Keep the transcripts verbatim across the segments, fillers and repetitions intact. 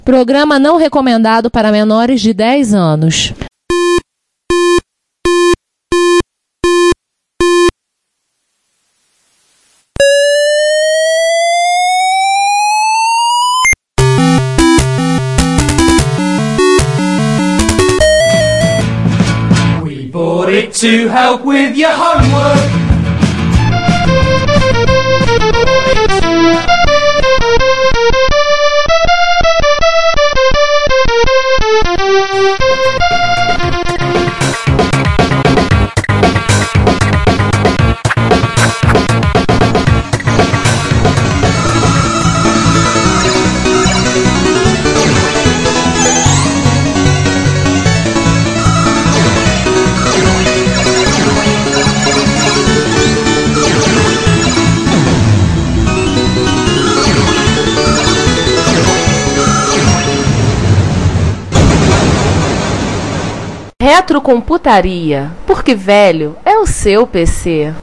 Programa não recomendado para menores de dez anos. We bought it to help with your homework. Retrocomputaria, porque velho é o seu P C.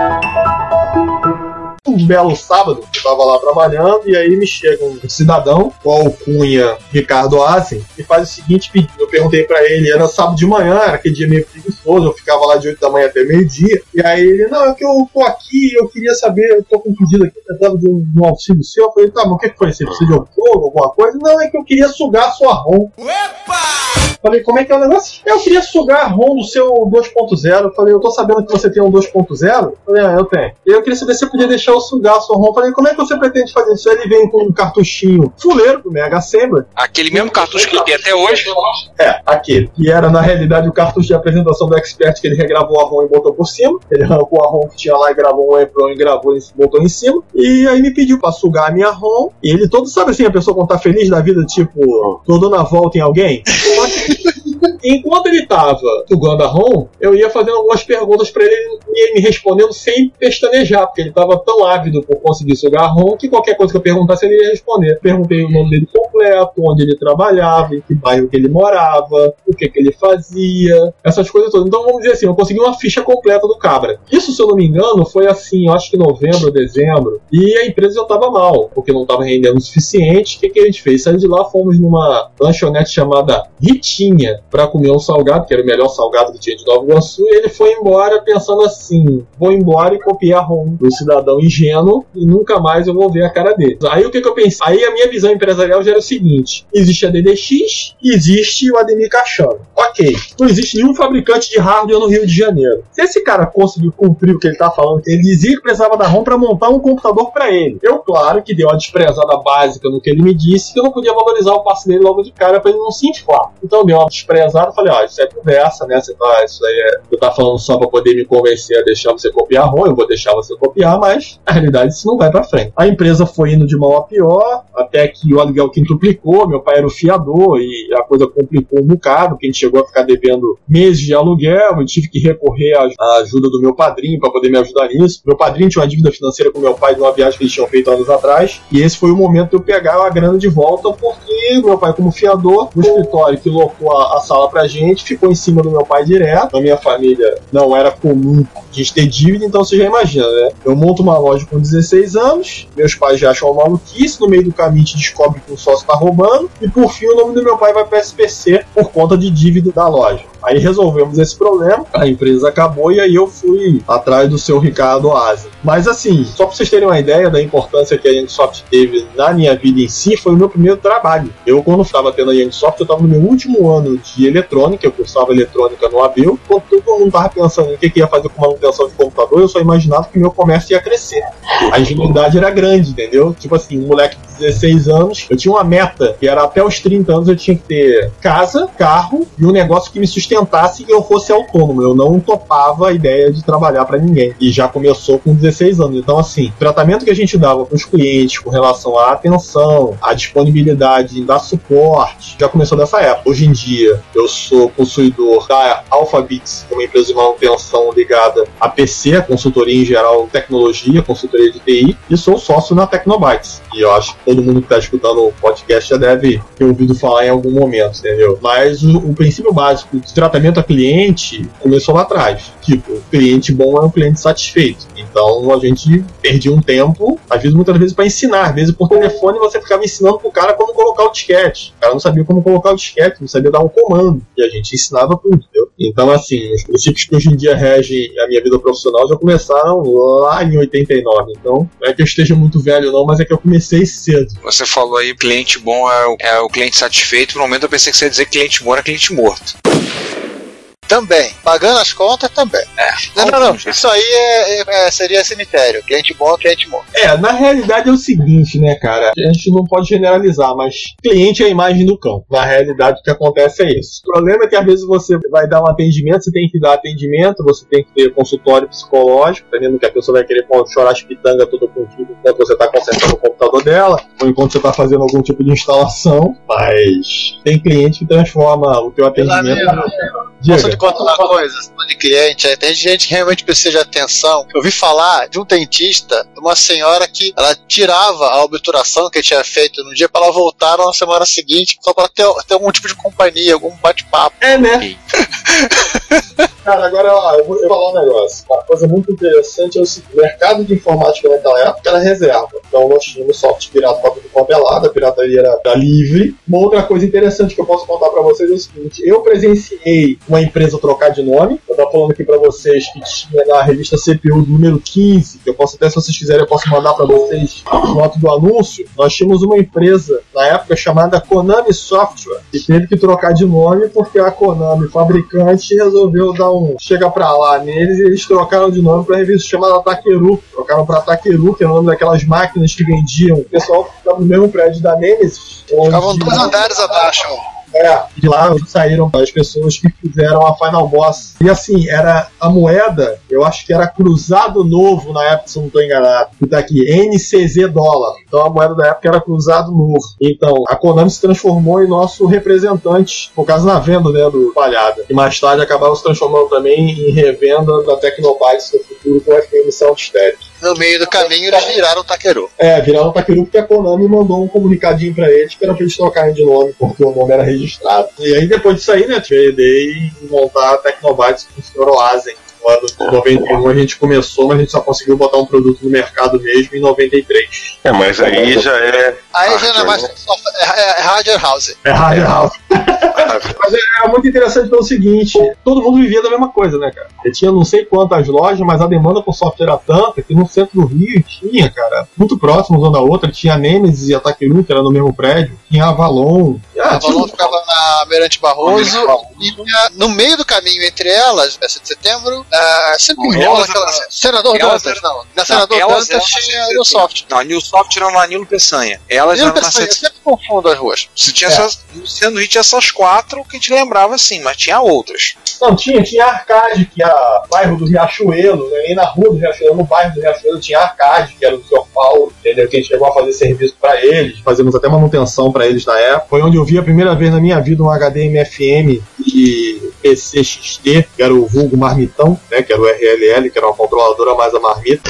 Um belo sábado, eu estava lá trabalhando e aí me chega um cidadão, com a alcunha Ricardo Asen, e faz o seguinte pedido. Eu perguntei pra ele, era sábado de manhã, era aquele dia meio preguiçoso, eu ficava lá de oito da manhã até meio-dia, e aí ele, não, é que eu tô aqui, eu queria saber, eu tô com um pedido aqui, precisava de um, um auxílio seu. Eu falei, tá, mas o que foi? Você precisa de algum jogo, alguma coisa? Não, é que eu queria sugar a sua ROM. Opa! Falei, como é que é o negócio? Eu queria sugar a ROM do seu dois ponto zero. Eu falei, eu tô sabendo que você tem um dois ponto zero? Falei, ah, eu tenho. E eu queria saber se você podia deixar eu sugar a sua ROM. Falei, como é que você pretende fazer isso? Ele vem com um cartuchinho fuleiro do Mega Assembly. Aquele mesmo cartucho que ele tem até hoje? É, aquele. Que era, na realidade, o cartucho de apresentação do Expert, que ele regravou a ROM e botou por cima. Ele arrancou a ROM que tinha lá e gravou um EEPROM e gravou e botou em cima. E aí me pediu pra sugar a minha ROM. E ele todo, sabe assim, a pessoa quando tá feliz da vida, tipo, tô dando a volta em alguém? Só que enquanto ele tava sugando a ROM, eu ia fazendo algumas perguntas pra ele e ele me respondendo sem pestanejar, porque ele tava tão ávido por conseguir sugar a ROM que qualquer coisa que eu perguntasse ele ia responder. Perguntei o nome dele completo, onde ele trabalhava, em que bairro que ele morava, o que que ele fazia, essas coisas todas. Então vamos dizer assim, eu consegui uma ficha completa do cabra. Isso, se eu não me engano, foi assim, eu acho que novembro, dezembro, e a empresa já tava mal, porque não tava rendendo o suficiente. O que que a gente fez? Saímos de lá, fomos numa lanchonete chamada Ritinha, pra comer um salgado, que era o melhor salgado que tinha de Nova Iguaçu, e ele foi embora pensando assim, vou embora e copiar a ROM do cidadão ingênuo e nunca mais eu vou ver a cara dele. Aí o que que eu pensei? Aí a minha visão empresarial já era o seguinte, existe a D D X e existe o Ademir Cachano. Ok, não existe nenhum fabricante de hardware no Rio de Janeiro. Se esse cara conseguiu cumprir o que ele tá falando, ele dizia que precisava da ROM para montar um computador para ele. Eu, claro, que dei uma desprezada básica no que ele me disse, que eu não podia valorizar o passe dele logo de cara para ele não se inflar. Então eu dei uma desprezada, falei, ó, isso é conversa, né? Você tá, isso aí é, você tá falando só para poder me convencer a deixar você copiar a ROM, eu vou deixar você copiar, mas na realidade isso não vai para frente. A empresa foi indo de mal a pior, até que o aluguel quintuplicou, meu pai era o fiador e a coisa complicou um bocado, porque a gente chegou a ficar devendo meses de aluguel, eu tive que recorrer à ajuda do meu padrinho para poder me ajudar nisso. Meu padrinho tinha uma dívida financeira com meu pai de uma viagem que eles tinham feito anos atrás, e esse foi o momento de eu pegar a grana de volta, porque meu pai, como fiador, no escritório que locou a, a sala pra gente, ficou em cima do meu pai direto. Na minha família não era comum a gente ter dívida, então você já imagina, né? Eu monto uma loja com dezesseis anos, meus pais já acham uma maluquice, no meio do caminho a gente descobre que o sócio tá roubando, e por fim o nome do meu pai vai para S P C por conta de dívida da loja. Aí resolvemos esse problema, a empresa acabou e aí eu fui atrás do seu Ricardo Asen. Mas assim, só para vocês terem uma ideia da importância que a Yanksoft teve na minha vida em si, foi o meu primeiro trabalho. Eu, quando estava tendo a Yanksoft, eu estava no meu último ano de eletrônica, eu cursava eletrônica no Abil. Quando todo mundo estava pensando em que, que ia fazer com manutenção de computador, eu só imaginava que meu comércio ia crescer. A ingenuidade era grande, entendeu? Tipo assim, um moleque de dezesseis anos, eu tinha uma meta, que era até os trinta anos eu tinha que ter casa, carro e um negócio que me sustentasse tentasse que eu fosse autônomo. Eu não topava a ideia de trabalhar para ninguém. E já começou com dezesseis anos. Então, assim, o tratamento que a gente dava para os clientes com relação à atenção, à disponibilidade, dar suporte, já começou dessa época. Hoje em dia, eu sou possuidor da Alphabits, uma empresa de manutenção ligada a P C, consultoria em geral, tecnologia, consultoria de T I, e sou sócio na Tecnobytes. E eu acho que todo mundo que está escutando o podcast já deve ter ouvido falar em algum momento, entendeu? Mas o, o princípio básico de tratamento a cliente começou lá atrás. Tipo, cliente bom é um cliente satisfeito. Então a gente perdia um tempo, às vezes muitas vezes para ensinar, às vezes por telefone você ficava ensinando pro cara como colocar o disquete. O cara não sabia como colocar o disquete, não sabia dar um comando. E a gente ensinava tudo, entendeu? Então assim, os princípios que hoje em dia regem a minha vida profissional já começaram lá em oitenta e nove. Então não é que eu esteja muito velho não, mas é que eu comecei cedo. Você falou aí, cliente bom é o, é o cliente satisfeito. No momento eu pensei que você ia dizer cliente bom era cliente morto. Também. Pagando as contas também. É. Não, não, não. Isso aí é, é, seria cemitério. Cliente bom, cliente morto. É, na realidade é o seguinte, né, cara? A gente não pode generalizar, mas cliente é a imagem do cão. Na realidade, o que acontece é isso. O problema é que às vezes você vai dar um atendimento, você tem que dar atendimento, você tem que ter consultório psicológico, entendendo que a pessoa vai querer chorar as pitangas toda contigo enquanto você está consertando o computador dela, ou enquanto você está fazendo algum tipo de instalação. Mas tem cliente que transforma o teu atendimento... Posso te contar uma coisa de cliente? Aí tem gente que realmente precisa de atenção. Eu ouvi falar de um dentista, de uma senhora que ela tirava a obturação que tinha feito no dia para ela voltar na semana seguinte, só para ter, ter algum tipo de companhia, algum bate-papo. É, né? Cara, agora ó, eu vou eu falar um negócio. Uma coisa muito interessante é o seguinte: o mercado de informática naquela época era reserva. Então nós tínhamos software pirata para tudo quanto é lado, a pirataria era, era livre. Uma outra coisa interessante que eu posso contar para vocês é o seguinte: eu presenciei uma empresa trocar de nome. Eu tava falando aqui para vocês que tinha na revista C P U número quinze, que eu posso até, se vocês quiserem, eu posso mandar para vocês foto do anúncio. Nós tínhamos uma empresa na época chamada Konami Software, que teve que trocar de nome porque a Konami, fabricante, resolveu dar um chega pra lá neles e eles trocaram de nome pra revista chamada Takeru. Trocaram pra Takeru, que é o nome daquelas máquinas que vendiam. O pessoal ficava no mesmo prédio da Nemesis. Ficavam dois andares abaixo. É, de lá saíram as pessoas que fizeram a Final Boss. E assim, era a moeda, eu acho que era Cruzado Novo na época, se eu não estou enganado. Que tá aqui, N C Z dólar. Então a moeda da época era Cruzado Novo. Então a Konami se transformou em nosso representante, por causa da venda, né, do Palhada. E mais tarde acabava se transformando também em revenda da Tecnobytes no futuro com F M Sound Stereo. No meio do caminho eles viraram o Takeru. É, viraram o Takeru porque a Konami mandou um comunicadinho pra eles que era pra eles trocarem de nome, porque o nome era registrado. E aí depois disso aí, né, tive a ideia de montar a Tecnobytes com o senhor Oazen. No ano de noventa e um a gente começou, mas a gente só conseguiu botar um produto no mercado mesmo em noventa e três. É, mas aí já é... Aí já não é mais... É, é, é Hardware House. É Hardware House. Mas era muito interessante pelo seguinte, todo mundo vivia da mesma coisa, né, cara? Eu tinha não sei quantas lojas, mas a demanda por software era tanta que no centro do Rio tinha, cara, muito próximo uma da outra, tinha a Nemesis e a Takeru, que era no mesmo prédio, tinha a Avalon. Ah, a Avalon tinha... ficava na Almirante Barroso, e no meio do caminho entre elas, sete de setembro, uh, sempre enrola aquela... Senador elas Dantas, eram... não. Na Senador não, Dantas tinha a Newsoft. Não, a Newsoft era na Nilo Peçanha. Elas Nilo eram Peçanha, na... eu sempre confundo as ruas. Se tinha é. essas... No Rio tinha essas quatro que a gente lembrava assim, mas tinha outras. Não, tinha, tinha Arcade, que era bairro do Riachuelo, né? E na rua do Riachuelo, no bairro do Riachuelo, tinha Arcade, que era do senhor Paulo, entendeu? Que a gente chegou a fazer serviço pra eles, fazemos até manutenção pra eles na época. Foi onde eu vi a primeira vez na minha vida um H D M F M e P C X T, que era o vulgo Marmitão, né? Que era o R L L, que era uma controladora mais a marmita.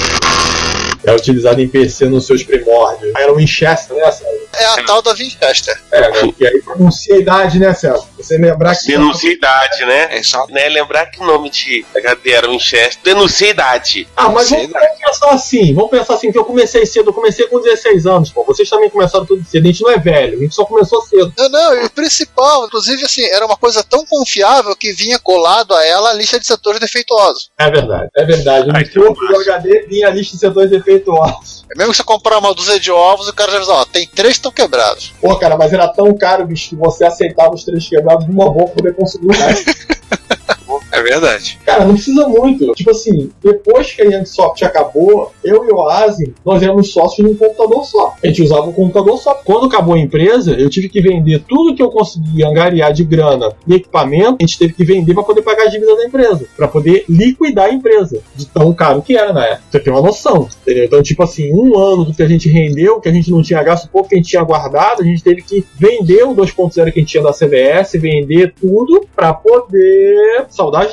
Era utilizado em P C nos seus primórdios. Era o Winchester, né, César? É a tal da Winchester. É, né? E aí denuncia a idade, né, César? Você lembrar que... Denuncia a idade, né? É só né, lembrar que o nome de H D era Winchester. Denuncia a idade. Ah, mas vamos pensar assim. Vamos pensar assim, que eu comecei cedo. Eu comecei com dezesseis anos, pô. Vocês também começaram tudo cedo. A gente não é velho. A gente só começou cedo. Não, não. E o principal, inclusive, assim, era uma coisa tão confiável que vinha colado a ela a lista de setores defeituosos. É verdade. É verdade. No corpo do H D vinha a lista de setores defeituosos. Mesmo que você comprar uma dúzia de ovos, o cara já diz, ó, tem três que estão quebrados. Pô, cara, mas era tão caro, bicho, que você aceitava os três quebrados numa boa pra poder conseguir o resto. É verdade. Cara, não precisa muito. Tipo assim, depois que a Yandesoft acabou, eu e o Oazen, nós éramos sócios de um computador só. A gente usava um computador só. Quando acabou a empresa, eu tive que vender tudo que eu conseguia angariar de grana e equipamento, a gente teve que vender para poder pagar a dívida da empresa, para poder liquidar a empresa, de tão caro que era na época. Você tem uma noção, entendeu? Então, tipo assim, um ano do que a gente rendeu, que a gente não tinha gasto, pouco que a gente tinha guardado, a gente teve que vender o dois ponto zero que a gente tinha da C V S, vender tudo para poder... Saudade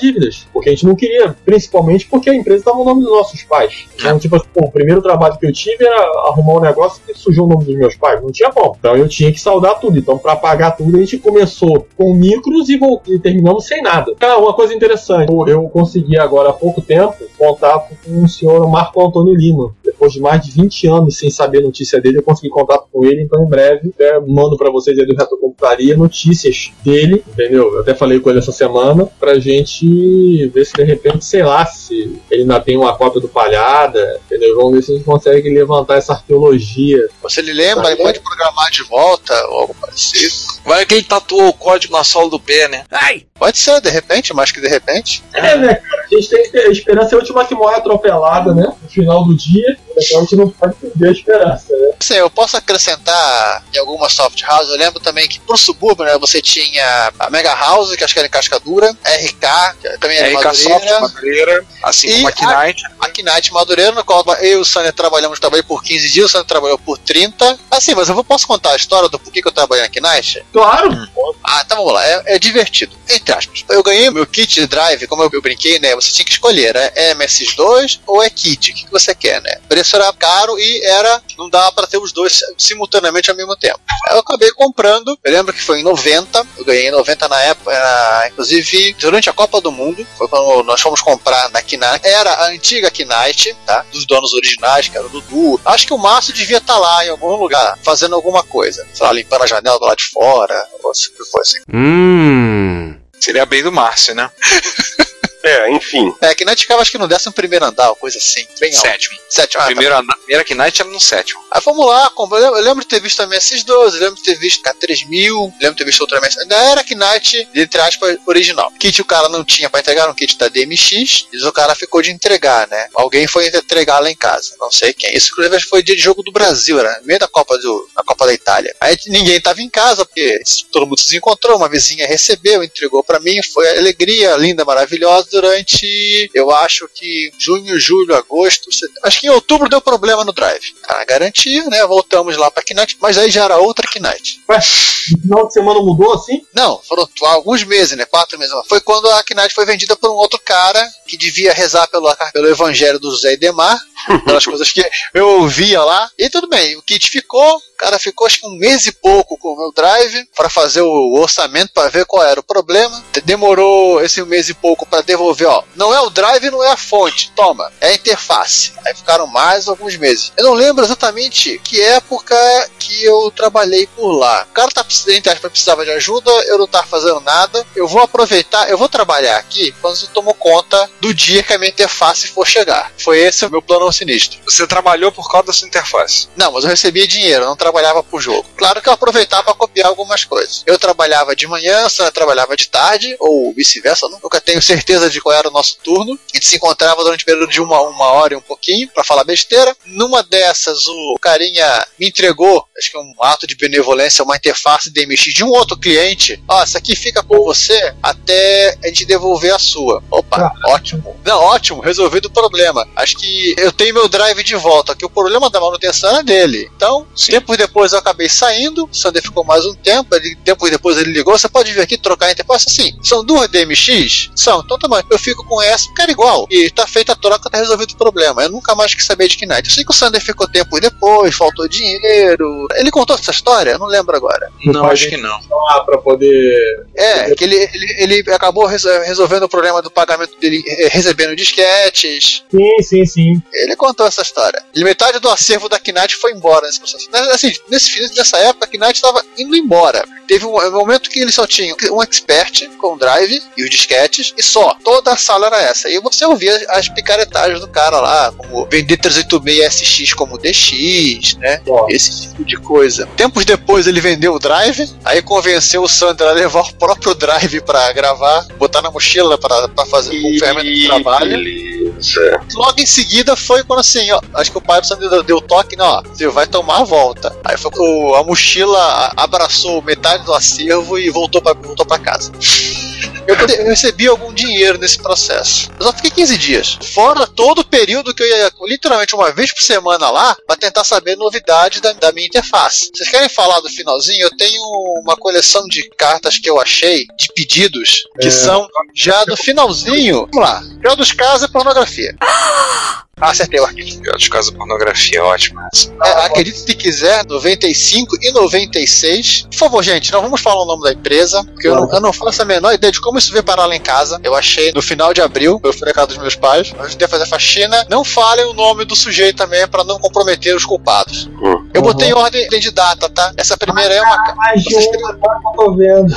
dívidas, porque a gente não queria, principalmente porque a empresa estava no nome dos nossos pais. Então, tipo assim, pô, o primeiro trabalho que eu tive era arrumar um negócio que sujou o nome dos meus pais, não tinha como. Então eu tinha que saldar tudo. Então, para pagar tudo, a gente começou com micros e, e terminamos sem nada. Cara, uma coisa interessante, eu, eu consegui agora há pouco tempo contato com o senhor Marco Antônio Lima. Depois de mais de vinte anos sem saber notícia dele, eu consegui contato com ele, então em breve é, mando pra vocês aí do Retrocomputaria notícias dele, entendeu? Eu até falei com ele essa semana pra gente ver se de repente, sei lá, se ele ainda tem uma cópia do Palhada, entendeu? Vamos ver se a gente consegue levantar essa arqueologia. Você lhe lembra? Ele pode programar de volta ou algo parecido. Vai que ele tatuou o código na sola do pé, né? Ai! Pode ser, de repente, mais que de repente. É, né, cara? A gente tem que ter a esperança, é a última que morre atropelada, né? No final do dia, então a gente não pode perder a esperança, né? Sim, eu posso acrescentar em algumas soft house. Eu lembro também que pro subúrbio, né, você tinha a Mega House, que acho que era em Cascadura, R K, que também era R K Madureira, Soft, Madureira, assim e como a Knight. A Knight Madureira, no qual eu e o Sander trabalhamos, trabalhei por quinze dias, o Sander trabalhou por trinta. Assim, mas eu vou, posso contar a história do porquê que eu trabalhei na Knight? Claro! Ah, então vamos lá, é, é divertido, entre aspas. Eu ganhei meu kit de drive, como eu, eu brinquei, né, você tinha que escolher, né, é M S dois ou é kit, o que, que você quer, né? O preço era caro e era, não dava pra ter os dois simultaneamente ao mesmo tempo. Eu acabei comprando, eu lembro que foi em noventa, eu ganhei em noventa na época, era, inclusive durante a Copa do Mundo, foi quando nós fomos comprar na Knight, era a antiga Knight, tá? Dos donos originais, que era o Dudu. Acho que o Márcio devia estar lá em algum lugar, fazendo alguma coisa, sei lá, limpando a janela do lado de fora, ou se foi assim. Hum. Seria bem do Márcio, né? É, enfim. É, que Knight ficava acho que no décimo primeiro andar, coisa assim, bem alto. Sétimo. Sétimo, ah, Primeiro, tá. a primeira Knight era no sétimo. Aí fomos lá, compra- eu lembro de ter visto também esses doze, eu lembro de ter visto K três mil, lembro de ter visto outra M S, ainda era Knight, entre aspas, original. Kit o cara não tinha pra entregar, um kit da D M X, e o cara ficou de entregar, né? Alguém foi entregar lá em casa, não sei quem. Isso inclusive foi dia de jogo do Brasil, era no meio da Copa, do, da Copa da Itália. Aí ninguém tava em casa, porque todo mundo se encontrou, uma vizinha recebeu, entregou pra mim, foi alegria, linda, maravilhosa, durante, eu acho que junho, julho, agosto, setembro. Acho que em outubro deu problema no drive. Cara, garantia, né? Voltamos lá pra Knight, mas aí já era outra Knight. Ué, no final de semana mudou assim? Não, foram alguns meses, né? Quatro meses. Foi quando a Knight foi vendida por um outro cara que devia rezar pelo, pelo evangelho do José Idemar, pelas coisas que eu ouvia lá. E tudo bem, o kit ficou, o cara ficou acho que um mês e pouco com o meu drive para fazer o orçamento para ver qual era o problema. Demorou esse mês e pouco para devolver, ó. Não é o drive, não é a fonte, toma, é a interface. Aí ficaram mais alguns meses. Eu não lembro exatamente que época que eu trabalhei por lá. O cara tá precisando, precisava de ajuda, eu não tava fazendo nada. Eu vou aproveitar, eu vou trabalhar aqui quando você tomou conta do dia que a minha interface for chegar. Foi esse o meu plano sinistro. Você trabalhou por causa da sua interface? Não, mas eu recebia dinheiro, eu não trabalhava por jogo. Claro que eu aproveitava para copiar algumas coisas. Eu trabalhava de manhã, a Sandra trabalhava de tarde, ou vice-versa, nunca tenho certeza de qual era o nosso turno. A gente se encontrava durante um período de uma, uma hora e um pouquinho para falar besteira. Numa dessas, o carinha me entregou, acho que um ato de benevolência, uma interface D M X de um outro cliente. Ó, essa aqui fica com você até a gente devolver a sua. Opa, ah. ótimo. Não, ótimo, resolvido o problema. Acho que eu tenho meu drive de volta, que o problema da manutenção era dele. Então, sim. Tempos depois eu acabei saindo, o Sander ficou mais um tempo, ele, tempos depois ele ligou, você pode vir aqui trocar a interface? Assim, são duas D M X? São, então tá bom, eu fico com essa, porque era igual. E tá feita a troca, tá resolvido o problema. Eu nunca mais quis saber de Knight. Eu sei que o Sander ficou tempos depois, faltou dinheiro. Ele contou essa história? Eu não lembro agora. Não, acho que não. Ah, pra poder... É, que ele, ele, ele acabou resolvendo o problema do pagamento dele, recebendo disquetes. Sim, sim, sim. Ele contou essa história. E metade do acervo da Knight foi embora nesse processo. Assim, nesse, nessa época, a Knight estava indo embora. Teve um, um momento que eles só tinham um expert com o drive e os disquetes, e só. Toda a sala era essa. E você ouvia as picaretagens do cara lá, como vender trezentos e oitenta e seis S X como D X, né? Oh. Esse tipo de coisa. Tempos depois ele vendeu o drive, aí convenceu o Sander a levar o próprio drive pra gravar, botar na mochila pra, pra fazer o ferramenta de trabalho. Ele... Certo. Logo em seguida foi quando assim, ó, acho que o pai deu, deu toque, não, ó, você vai tomar a volta. Aí foi o, a mochila abraçou metade do acervo e voltou pra, voltou pra casa. Eu, eu recebi algum dinheiro nesse processo. Eu só fiquei quinze dias. Fora todo o período que eu ia literalmente uma vez por semana lá pra tentar saber novidades da, da minha interface. Vocês querem falar do finalzinho? Eu tenho uma coleção de cartas que eu achei de pedidos que é. são já do finalzinho. Vamos lá. Pior dos casos é pornografia. Ah, acertei o arquivo. Pior dos casos, pornografia, ótimo. É, acredite se quiser, noventa e cinco e noventa e seis. Por favor, gente, não vamos falar o nome da empresa, porque eu não, eu não faço a menor ideia de como isso veio parar lá em casa. Eu achei no final de abril, eu fui na casa dos meus pais, eu ajudei a fazer a faxina. Não falem o nome do sujeito também, pra não comprometer os culpados. Uhum. Eu botei em ordem de data, tá? Essa primeira é uma... Ah, de uma eu tô vendo.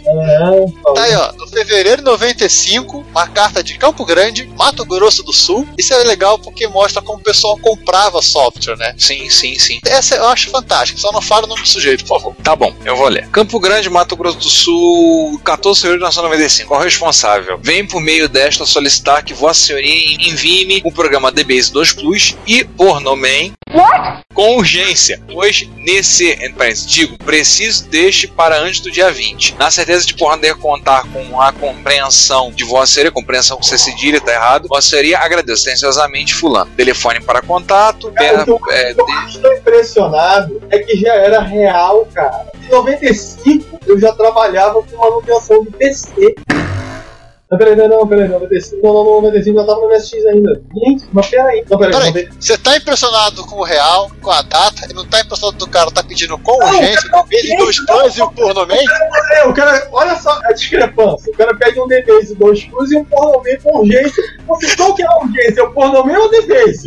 Tá aí, ó. No fevereiro de noventa e cinco, uma carta de Campo Grande, Mato Grosso do Sul. Isso é legal porque mostra como o pessoal comprava software, né? Sim, sim, sim. Essa eu acho fantástica. Só não fala o nome do sujeito, por favor. Tá bom, eu vou ler. Campo Grande, Mato Grosso do Sul, quatorze de fevereiro de mil novecentos e noventa e cinco. Qual é o responsável? Vem por meio desta solicitar que Vossa Senhoria envie-me o programa D Base dois Plus e Pornoman com urgência, pois nesse, digo, preciso deste para antes do dia vinte. Na certeza de poder contar com a compreensão de Vossa Senhoria, compreensão com C cedilha, tá errado, Vossa Senhoria, agradeço atenciosamente, fulano. Telefone para contato. Cara, o que eu, é, eu de... estou impressionado é que já era real, cara. Em noventa e cinco eu já trabalhava com manutenção de P C. Não, peraí, não, não, peraí, noventa e cinco, não, não, noventa e cinco, eu tava no M S X ainda. Gente, mas peraí. Não, peraí, peraí, você tá impressionado com o real, com a data, e não tá impressionado do cara tá pedindo com não, urgência, com base dois Plus e o Pornoman? É, o cara, olha só a discrepância. O cara pede um D Base dois Plus e um Pornoman com urgência. Você, qual que é a urgência? É o Pornoman ou o D Base?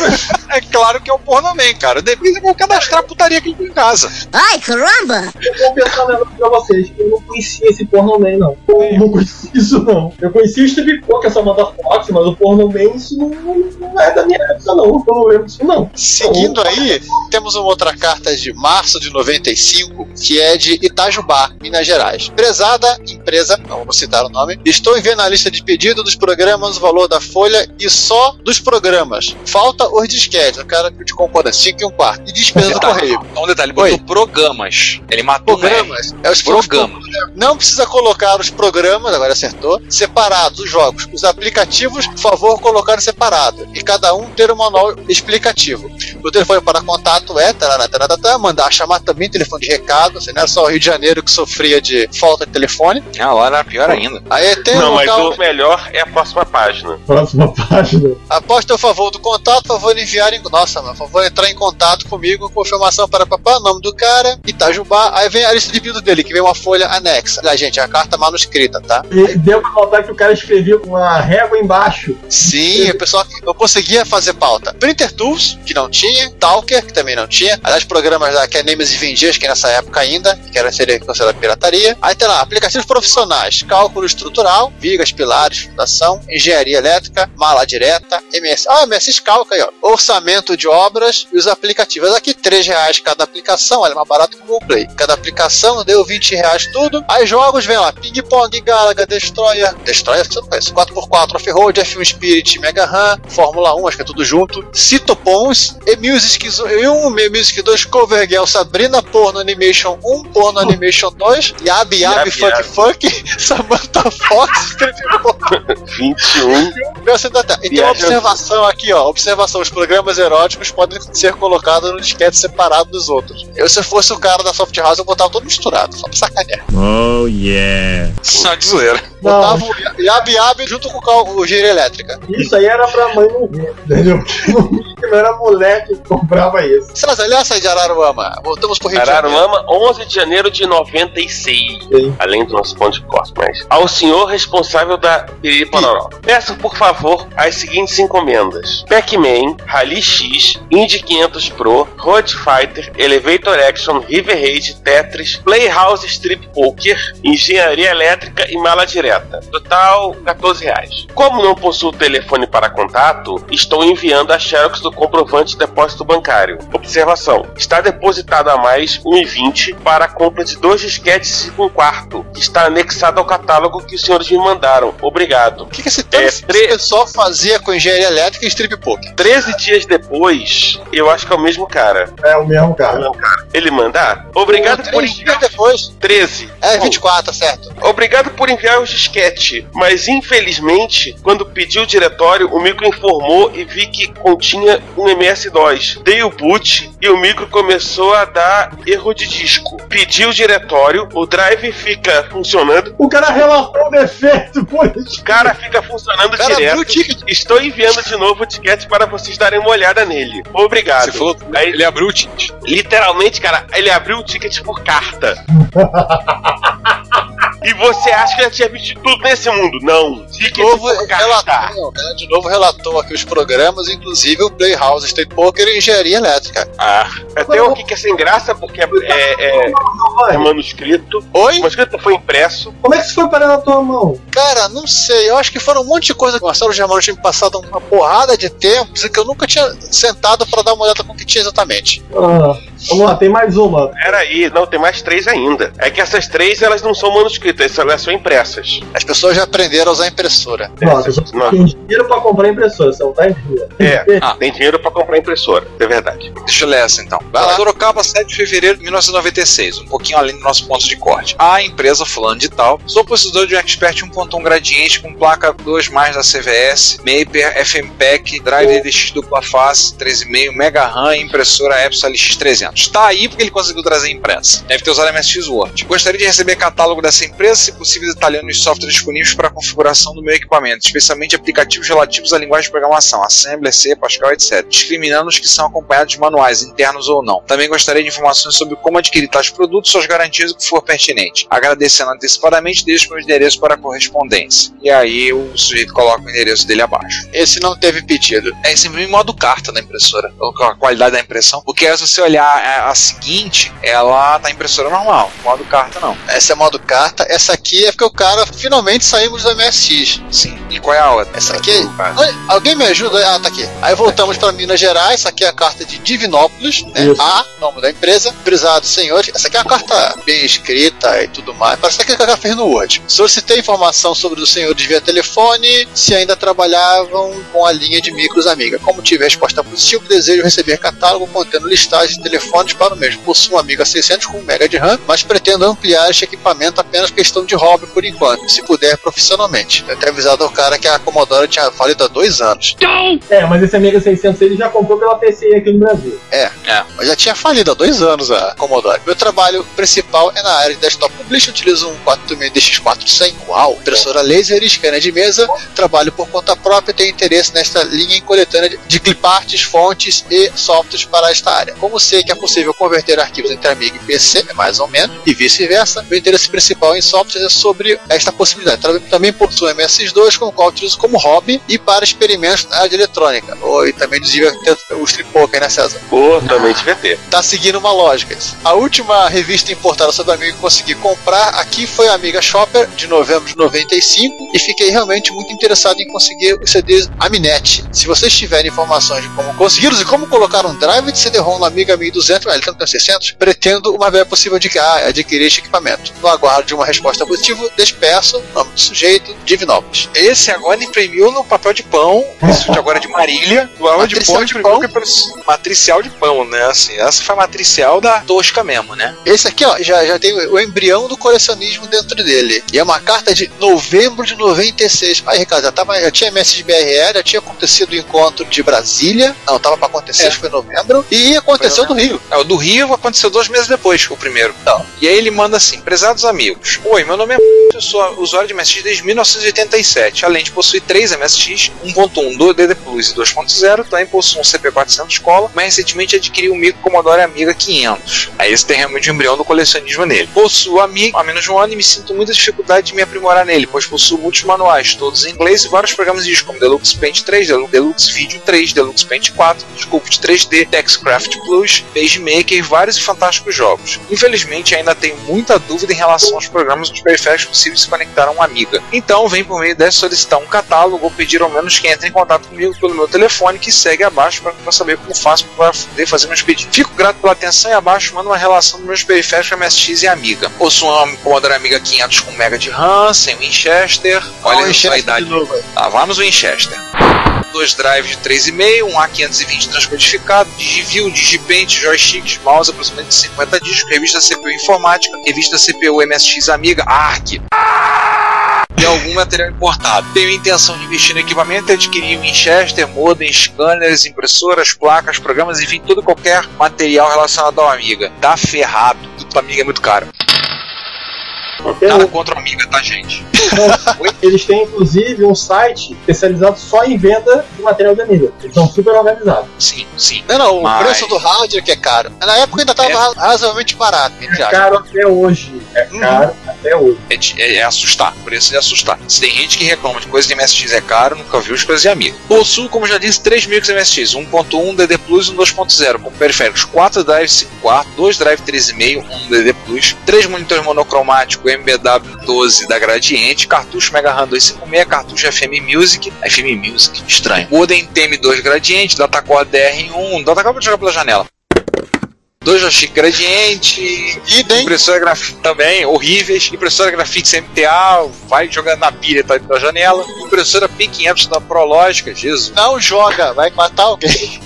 É claro que é o Pornoman, cara. O D Base é pra cadastrar a putaria que ele tem em casa. Ai, caramba! Eu vou pensar um negócio pra vocês. Eu não conhecia esse Pornoman, não. Eu não conhecia isso, não. Eu conheci o Steve Cook, essa Amanda Fox, mas o Pornoman, isso não, não é da minha época, não. Eu não lembro disso, não. Seguindo aí, temos uma outra carta de março de noventa e cinco, que é de Itajubá, Minas Gerais. Prezada empresa, não vou citar o nome, estou enviando a lista de pedido dos programas, o valor da folha e só dos programas. Falta os disquetes, o cara de concordância, cinco e um quarto. E despesa do correio. Um detalhe, ele botou programas. Ele matou programas. É os programas. Não precisa colocar os programas, agora acertou, separados, os jogos. Os aplicativos, por favor, colocar separado. E cada um ter um manual explicativo. O telefone para contato é tarará, tarará, tarará, mandar chamar também, telefone de recado. Assim, não era só o Rio de Janeiro que sofria de falta de telefone. Ah, lá era pior ainda. Aí tem não, um mas local... o melhor é a próxima página. Próxima página. Após ter o favor do contato, por favor enviar em... Nossa, mano, por favor entrar em contato comigo, confirmação para papá, nome do cara, Itajubá. Aí vem a lista de pedido dele, que vem uma folha anexa. Ah, gente, a carta manuscrita, tá? E deu pra notar que o cara escrevia com uma régua embaixo. Sim, o pessoal, eu conseguia fazer pauta. Printer Tools, que não tinha. Talker, que também não tinha. Aliás, programas da que a Nemesis vendia, acho que nessa época ainda, que era seria considerada pirataria. Aí tem lá, aplicativos profissionais, cálculo estrutural, vigas, pilares, fundação, engenharia elétrica, mala direta, M S. Ah, M S Calca aí, ó. Orçamento de obras e os aplicativos. Aqui, três reais cada aplicação, olha, mais barato que o Google Play. Cada aplicação deu vinte reais tudo. Aí jogos, vem lá, Ping Pong, Galaga, Destroyer. Destroyer, você não conhece. quatro por quatro Off-Road, F um Spirit, Mega RAM, Fórmula um, acho que é tudo junto. Citopons, E-Music um, E-Music dois, Cover Girl, Sabrina Porno Animation um, Porno Animation dois, Yabi Yabi Fuck Fuck, Samantha Fox, vinte e um. E tem uma observação aqui, ó. Observação: os programas eróticos podem ser colocados no disquete separado dos outros. Eu, se eu fosse o cara da Soft House, eu botava todo misturado, só pra sacanear. Oh, yeah. Só de zoeira. Botava o Yabi Yabi junto com o gíria elétrica. Isso aí era pra mãe não ver, entendeu? Não era moleque que comprava isso. Será que essa aí de Araruama? Voltamos pro Rio de Janeiro. Araruama, onze de janeiro de noventa e seis. Sim. Além do nosso ponto de corte, mas... Ao senhor responsável da Piriri Pororó. Peço, por favor, as seguintes encomendas. Pac-Man, Rally X, Indy quinhentos Pro, Road Fighter, Elevator Action, River Raid, Tetris, Playhouse Strip Poker, Engenharia Elétrica e Mala Direta. direta. Total, quatorze reais. Como não possuo telefone para contato, estou enviando a xerox do comprovante de depósito bancário. Observação. Está depositado a mais um e vinte para a compra de dois disquetes e um quarto, que está anexado ao catálogo que os senhores me mandaram. Obrigado. O que, que esse, é, esse tre... pessoal fazia com engenharia elétrica e strip poker? treze dias depois, eu acho que é o mesmo cara. É o mesmo cara. É o mesmo cara. Ele manda? Obrigado Pô, por enviar depois. treze. É, vinte e quatro, certo. Obrigado por enviar os disquete, mas infelizmente, quando pedi o diretório, o micro informou e vi que continha um M S dois. Dei o boot e o micro começou a dar erro de disco. Pedi o diretório, o drive fica funcionando. O cara relatou o defeito, pô. O cara fica funcionando cara, direto. Estou enviando de novo o disquete para vocês darem uma olhada nele. Obrigado. Você falou, Aí, ele abriu o ticket. Literalmente, cara, ele abriu o ticket por carta. E você acha que já tinha visto tudo nesse mundo? Não. De novo, relatou, né? de novo relatou aqui os programas, inclusive o Playhouse State Poker e Engenharia Elétrica. Ah, até o que é sem graça, porque é, é, é, é manuscrito. Oi? O manuscrito foi impresso. Como é que isso foi parar na tua mão? Cara, não sei. Eu acho que foram um monte de coisa que o Marcelo Germano tinha me passado uma porrada de tempos e que eu nunca tinha sentado pra dar uma olhada com o que tinha exatamente. Ah, vamos lá, tem mais uma. Peraí, não, tem mais três ainda. É que essas três, elas não são manuscritas, elas são impressas. As pessoas já aprenderam a usar impressora. Não, as pessoas têm dinheiro pra comprar impressora, você não tá em dia. É, ah, tem dinheiro pra comprar impressora, é verdade. Deixa eu ler essa então. Vai lá. Sorocaba, sete de fevereiro de mil novecentos e noventa e seis, um pouquinho além do nosso ponto de corte. A empresa fulano de tal, sou possuidor de um Expert um ponto um gradiente com placa dois mais da C V S, Maper, F M P E C, Drive D D X dupla face, treze e meio, Mega RAM e impressora Epson L X trezentos. Tá aí porque ele conseguiu trazer impressa. Deve ter usado M S X Word. Gostaria de receber catálogo dessa empresa, se possível detalhando os softwares disponíveis para a configuração do meu equipamento, especialmente aplicativos relativos à linguagem de programação, Assembler, C, Pascal, etcétera, discriminando os que são acompanhados de manuais, internos ou não. Também gostaria de informações sobre como adquirir tais produtos, suas garantias, o que for pertinente. Agradecendo antecipadamente, deixo meu endereço para a correspondência. E aí o sujeito coloca o endereço dele abaixo. Esse não teve pedido. É sempre em modo carta da impressora, a qualidade da impressão, porque se você olhar a seguinte, ela tá impressora normal, modo carta não. Essa é modo carta, essa aqui é porque o cara finalmente saímos do M S X. Sim. E qual é a outra? Essa aqui. Oi, alguém me ajuda? Ah, tá aqui. Aí voltamos para Minas Gerais. Essa aqui é a carta de Divinópolis, né? A, nome da empresa. Prezados senhores. Essa aqui é uma carta bem escrita e tudo mais. Parece que a cara fez no Word. Solicitei informação sobre os senhores via telefone, se ainda trabalhavam com a linha de micros Amiga. Como tive resposta positiva, desejo receber catálogo contendo listagem de telefones para o mesmo. Possuo um Amiga seiscentos com um mega de RAM, mas pretendo ampliar este equipamento apenas questão de hobby por enquanto, se puder profissionalmente. Eu até avisado ao cara que a Commodore tinha falido há dois anos. É, mas esse Amiga seiscentos ele já comprou pela P C aqui no Brasil. É, é, mas já tinha falido há dois anos a Commodore. Meu trabalho principal é na área de desktop publishing, utilizo um quatro mil D X quatrocentos. Uau! Impressora laser e scanner de mesa, trabalho por conta própria e tenho interesse nesta linha em coletânea de, de clipartes, fontes e softwares para esta área. Como sei que é possível converter arquivos entre Amiga e P C, mais ou menos, e vice-versa, meu interesse principal em softwares é sobre esta possibilidade. Também possuo M S X dois, com o qual utilizo como hobby e para experimentos na área de eletrônica. Oh, e também devia ter o Strip Poker, né, César? Pô, também devia ter. Tá seguindo uma lógica isso. A última revista importada sobre a Amiga que consegui comprar aqui foi a Amiga Shopper, de novembro de noventa e cinco, e fiquei realmente muito interessado em conseguir os C Ds Aminet. Se vocês tiverem informações de como consegui-los e como colocar um drive de C D-ROM na Amiga mil e duzentos, ele tanto tem seiscentos, pretendo uma vez possível de adquirir este equipamento. No aguardo de uma resposta positiva, despeço, nome do sujeito, Divinópolis. Esse agora imprimiu no papel de pão, isso de agora de Marília, o papel de pão imprimiu pelo matricial de pão, né? Assim, essa foi a matricial da tosca mesmo, né? Esse aqui, ó, já, já tem o embrião do colecionismo dentro dele. E é uma carta de novembro de noventa e seis. Aí, Ricardo, já, tava, já tinha M S B R L, já tinha acontecido o encontro de Brasília. Não, tava pra acontecer, é. Foi em novembro. E aconteceu do Rio. É, o do Rio aconteceu dois meses depois, o primeiro. Então. E aí ele manda assim: prezados amigos, oi, meu nome é eu sou usuário de M S X desde mil novecentos e oitenta e sete, além de possuir três M S X, um ponto um do D D Plus e dois ponto zero, também possuo um C P quatrocentos Escola, mas recentemente adquiri um micro Commodore Amiga quinhentos. Aí esse tem realmente o embrião do colecionismo nele. Possuo Amiga há menos de um ano e me sinto muita dificuldade de me aprimorar nele, pois possuo muitos manuais, todos em inglês e vários programas de como Deluxe Paint três, Deluxe Video três, Deluxe Paint quatro, Sculpt três D, TexCraft Plus, PageMaker e vários e fantásticos jogos. Infelizmente ainda tenho muita dúvida em relação aos programas dos periféricos possível se conectar a uma amiga. Então, vem por meio dessa solicitar um catálogo ou pedir ao menos que entre em contato comigo pelo meu telefone, que segue abaixo para eu saber como faço para poder fazer meus pedidos. Fico grato pela atenção e abaixo mando uma relação dos meus periféricos M S X e Amiga. Possuo uma Commodore Amiga quinhentos com mega de RAM, sem Winchester. Olha a sua idade. Ah, vamos Winchester. Dois drives de três vírgula cinco, um A quinhentos e vinte transcodificado, Digiview, Digipaint, joysticks, mouse, aproximadamente cinquenta discos, revista C P U Informática, revista C P U M S X Amiga, Arc e algum material importado. Tenho intenção de investir no equipamento e adquirir um Winchester, modem, scanners, impressoras, placas, programas, enfim, todo e qualquer material relacionado ao Amiga. Tá ferrado, tudo pra Amiga é muito caro. Nada contra a Amiga, tá, gente? Eles têm, inclusive, um site especializado só em venda de material de Amiga. Eles são super organizados. Sim, sim. Não, não, Mas... o preço do hardware que é caro. Na época ainda tava é... razoavelmente barato. É caro até hoje. É caro hum. até hoje. É, de, é, é assustar, o preço é assustar. Se tem gente que reclama de coisa de M S X é caro, nunca viu as coisas de Amiga. Possuo, como já disse, três micros M S X, um ponto um D D Plus e um dois ponto zero, com periféricos quatro drives cinco quartos, dois drives três vírgula cinco, um D D Plus, três monitores monocromáticos M B W doze da Gradiente, cartucho Mega RAM duzentos e cinquenta e seis, cartucho F M Music, F M Music, estranho, modem T M dois Gradiente, datacord D R um, datacord pode jogar pela janela. Dois joystick Gradiente, Idem. Impressora gráfica também, horríveis, impressora Grafix M T A, vai jogando na pilha, tá da janela, impressora P quinhentos da Prológica, Jesus. Não joga, vai matar alguém.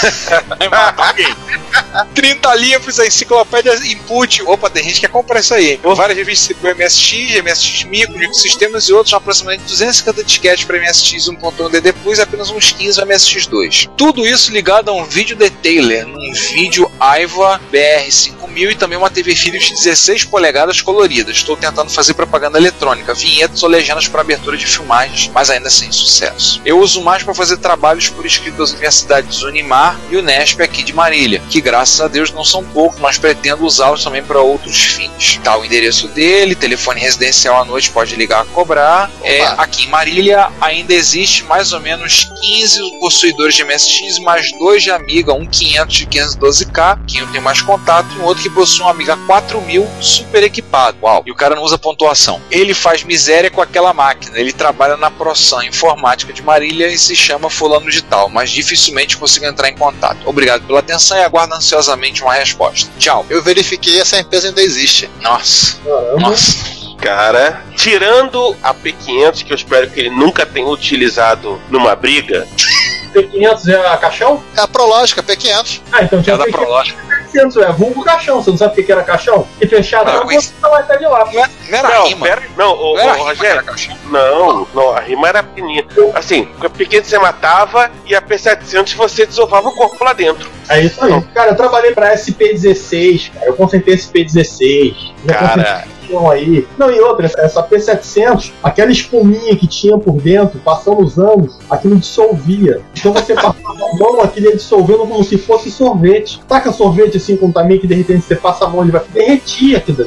Vai matar alguém. trinta livros, a enciclopédia Input, opa, tem gente que quer comprar isso aí. Várias revistas M S X, M S X Micro, Microsistemas e outros, aproximadamente duzentos e cinquenta disquetes para M S X um ponto um D D Plus e apenas uns quinze M S X dois. Tudo isso ligado a um vídeo detailer, num vídeo Aiva B R cinco mil e também uma T V Philips de dezesseis polegadas colorida. Estou tentando fazer propaganda eletrônica, vinhetas ou legendas para abertura de filmagens, mas ainda sem sucesso. Eu uso mais para fazer trabalhos por escrito das universidades Unimar e Unesp aqui de Marília, que graças a Deus não são poucos, mas pretendo usá-los também para outros fins. Tá o endereço dele, telefone residencial à noite, pode ligar a cobrar. É, aqui em Marília ainda existe mais ou menos quinze possuidores de M S X, mais dois de Amiga, um quinhentos de quinhentos e doze K, que eu tenho mais contato, e um outro que possui um Amiga quatro mil super equipado. Uau! E o cara não usa pontuação. Ele faz miséria com aquela máquina. Ele trabalha na ProSan Informática de Marília e se chama fulano de tal, mas dificilmente consigo entrar em contato. Obrigado pela atenção e aguardo ansiosamente uma resposta. Tchau. Eu verifiquei, essa empresa ainda existe. Nossa. Caramba. Nossa. Cara, tirando a P quinhentos, que eu espero que ele nunca tenha utilizado numa briga. P quinhentos é a caixão? É a Prológica, P quinhentos. Ah, então tinha É da Prológica. P quinhentos, é vulgo caixão. Você não sabe o que era caixão? E fechado, Não, não, mas- você vai estar de lá. Não, é- não era Não, rima. pera, não, ô, Não era ô, rima que Rogério. era caixão. Não, não, a rima era pequenininha. Assim, com a pequena você matava e a P setecentos você desovava o corpo lá dentro. É isso aí. Cara, eu trabalhei pra S P dezesseis, cara. Eu consertei S P dezesseis. Já Cara, aí. Não, e outra, essa P setecentos, aquela espuminha que tinha por dentro, passando os anos, aquilo dissolvia. Então você passava a mão, aquilo ia dissolvendo como se fosse sorvete. Saca sorvete assim com tamanho que de repente você passa a mão, ele vai derretir aquilo.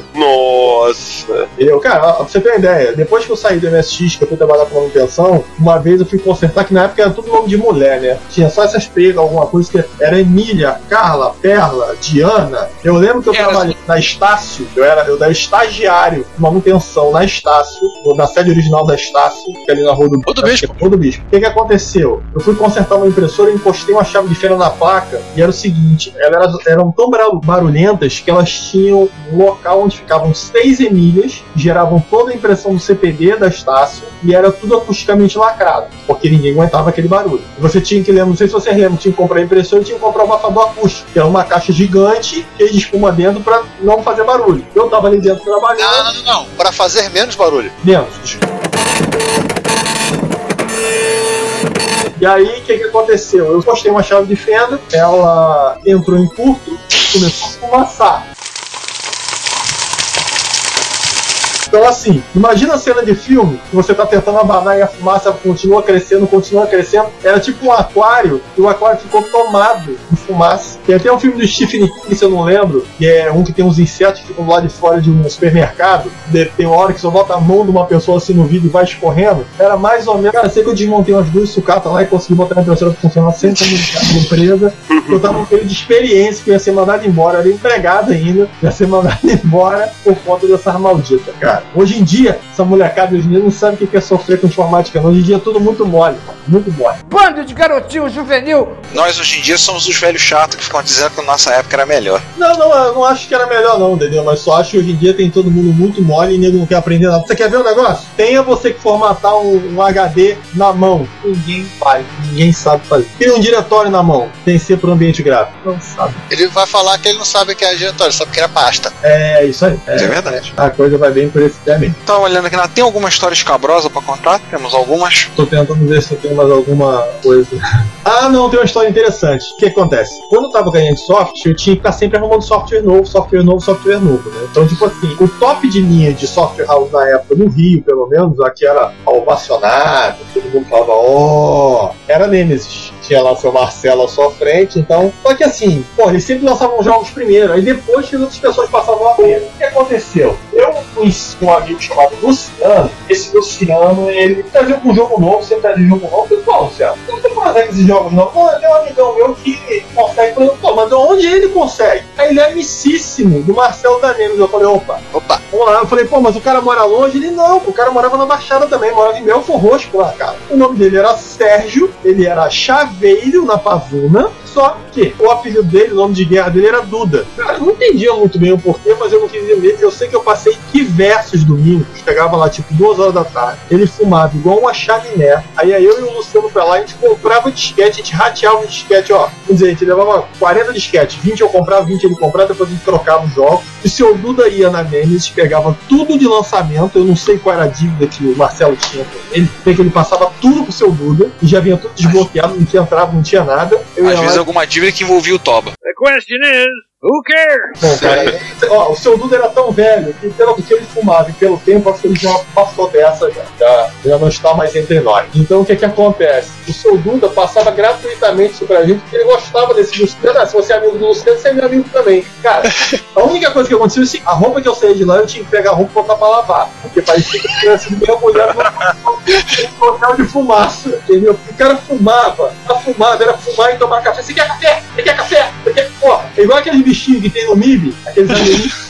nossa. Entendeu? Cara, pra você ter uma ideia, depois que eu saí do M S X, que eu fui trabalhar com manutenção, uma vez eu fui consertar, que na época era tudo nome de mulher, né? Tinha só essas pregas, alguma coisa que era Emília, Carla, Perla, Diana. Eu lembro que eu Era trabalhei na Estácio, eu era, eu era estagiário de manutenção na Estácio, na sede original da Estácio, que é ali na Rua do, Rua do Bispo. Rua do Bispo. O que que aconteceu? Eu fui consertar uma impressora, encostei uma chave de fenda na placa, e era o seguinte, elas eram tão barulhentas que elas tinham um local onde ficavam seis Emílias, geravam toda a impressão do C P D da Estácio, e era tudo acusticamente lacrado, porque ninguém aguentava aquele barulho. Você tinha que lembrar, não sei se você lembra, tinha que comprar a impressora e tinha que comprar o abafador acústico, que era uma caixa gigante, cheia de espuma dentro pra não fazer barulho. Eu tava ali dentro trabalhando. Não, não, não, não. Pra fazer menos barulho. Dentro. E aí, o que que aconteceu? Eu postei uma chave de fenda, ela entrou em curto, começou a fumaçar. Então assim, imagina a cena de filme que você tá tentando abanar e a fumaça continua crescendo, continua crescendo. Era tipo um aquário e o aquário ficou tomado de fumaça. Tem até um filme do Stephen King, se eu não lembro, que é um que tem uns insetos que ficam do lado de fora de um supermercado. Tem uma hora que só bota a mão de uma pessoa assim no vidro e vai escorrendo. Era mais ou menos. Cara, sei que eu desmontei umas duas sucatas lá e consegui botar a impressora pra funcionar sem comunicar com a empresa. Eu tava num período de experiência que eu ia ser mandado embora, era empregado ainda, ia ser mandado embora por conta dessas malditas, cara. Hoje em dia, essa molecada hoje em dia não sabe o que é sofrer com informática, não. Hoje em dia é tudo muito mole, muito mole. Bando de garotinho juvenil! Nós hoje em dia somos os velhos chatos que ficam dizendo que na nossa época era melhor. Não, não, eu não acho que era melhor não, entendeu? Mas só acho que hoje em dia tem todo mundo muito mole e nego não quer aprender nada. Você quer ver o negócio? Tenha você que formatar um, um H D na mão. Ninguém faz, ninguém sabe fazer. Tem um diretório na mão, tem que ser pro ambiente gráfico. Não sabe. Ele vai falar que ele não sabe o que é diretório, sabe que era pasta. É, isso aí. É, Isso é verdade. A coisa vai bem por esse caminho. Tava olhando aqui, tem alguma história escabrosa pra contar? Temos algumas? Tô tentando ver se eu tenho mais alguma coisa. Ah, não, tem uma história interessante. O que acontece? Quando eu tava ganhando software, eu tinha que estar sempre arrumando software novo, software novo, software novo, né? Então, tipo assim, o top de linha de software house na época, no Rio, pelo menos, aqui era ovacionado, todo mundo falava, ó, oh, era Nemesis. Tinha lá o seu Marcelo à sua frente, então. Só que assim, pô, eles sempre lançavam jogos primeiro, aí depois que as outras pessoas passavam a ver. O que aconteceu? Eu conheci um amigo chamado Luciano. Esse Luciano, ele trazia um jogo novo, sempre trazia um jogo novo. Eu falei, pô, Luciano, você não consegue esses jogos novos? Pô, tem um amigão meu que consegue. Eu falei, pô, mas de onde ele consegue? Aí ele é amicíssimo do Marcelo da Nemes. Eu falei, opa, Opa. vamos lá. Eu falei, pô, mas o cara mora longe? Ele não, o cara morava na Baixada também, morava em Belfor Roxo lá, cara. O nome dele era Sérgio, ele era Chaveiro na Pavuna, só que o apelido dele, o nome de guerra dele era Duda. Cara, eu não entendia muito bem o porquê, mas eu não quis entender. Eu sei que eu passei diversos domingos, chegava lá tipo duas horas da tarde, ele fumava igual uma chaminé. Aí eu e o Luciano pra lá, a gente comprava disquete, a gente rateava o disquete, ó. Vamos dizer, a gente levava quarenta disquetes, vinte eu comprava, vinte ele comprava, depois a gente trocava os jogos. E se o Duda ia na Nemesis, pegava tudo de lançamento, eu não sei qual era a dívida que o Marcelo tinha com ele, sei que ele passava tudo pro seu Duda, e já vinha tudo desbloqueado, não tinha entrava, não tinha nada. Eu Às vezes lá... alguma dívida que envolvia o Toba. The question is, who cares? Bom, cara, ó, o seu Duda era tão velho que pelo que ele fumava e pelo tempo, acho que ele já passou dessa, já, já, já não está mais entre nós. Então o que que acontece? O seu Duda passava gratuitamente isso pra gente porque ele gostava desse Luciano. Ah, se você é amigo do Luciano, você é meu amigo também. Cara, a única coisa que aconteceu é assim, a roupa que eu saí de lá, eu tinha que pegar a roupa e botar pra lavar. Porque parecia que eu tinha sido mergulhado no hotel de fumaça, entendeu? O cara fumava, a fumada era fumar e tomar café. Você quer café? Você quer café? Você quer... Pô, é igual aqueles bichinhos que tem no M I B, aqueles amiguinhos.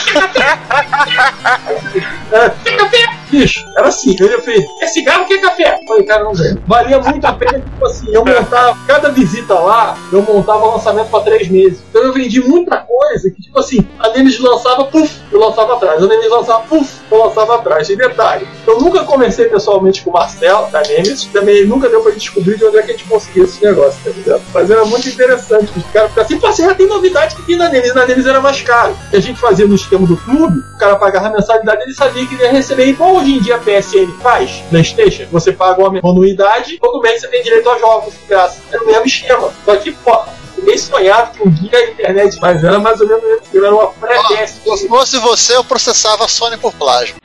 É, quer café? Bicho, era assim, eu falei, é cigarro, quer café? Eu falei, cara, não velho. Valia muito a pena, tipo assim, eu montava, cada visita lá, eu montava lançamento pra três meses. Então eu vendi muita coisa que, tipo assim, a Nemesis lançava, puf, eu lançava atrás. A Nemesis lançava, puf, eu lançava atrás. E detalhe, eu nunca conversei pessoalmente com o Marcelo, da Nemesis, também nunca deu pra gente descobrir de onde é que a gente conseguia esse negócio, tá ligado? Mas era muito interessante, os caras ficavam assim, pô, você já tem novidade que tem na Nemesis, na Nemesis era mais caro. E a gente fazia no esquema do clube, o cara pagava a mensalidade, ele sabia que ele ia receber igual hoje em dia a P S N faz, PlayStation, você paga uma anuidade, todo mês você tem direito a jogos de graça. É o mesmo esquema. Só que, pô, ninguém sonhava que um dia a internet, mas era mais ou menos isso, era uma pré-teste. Se fosse você, eu processava a Sony por plágio.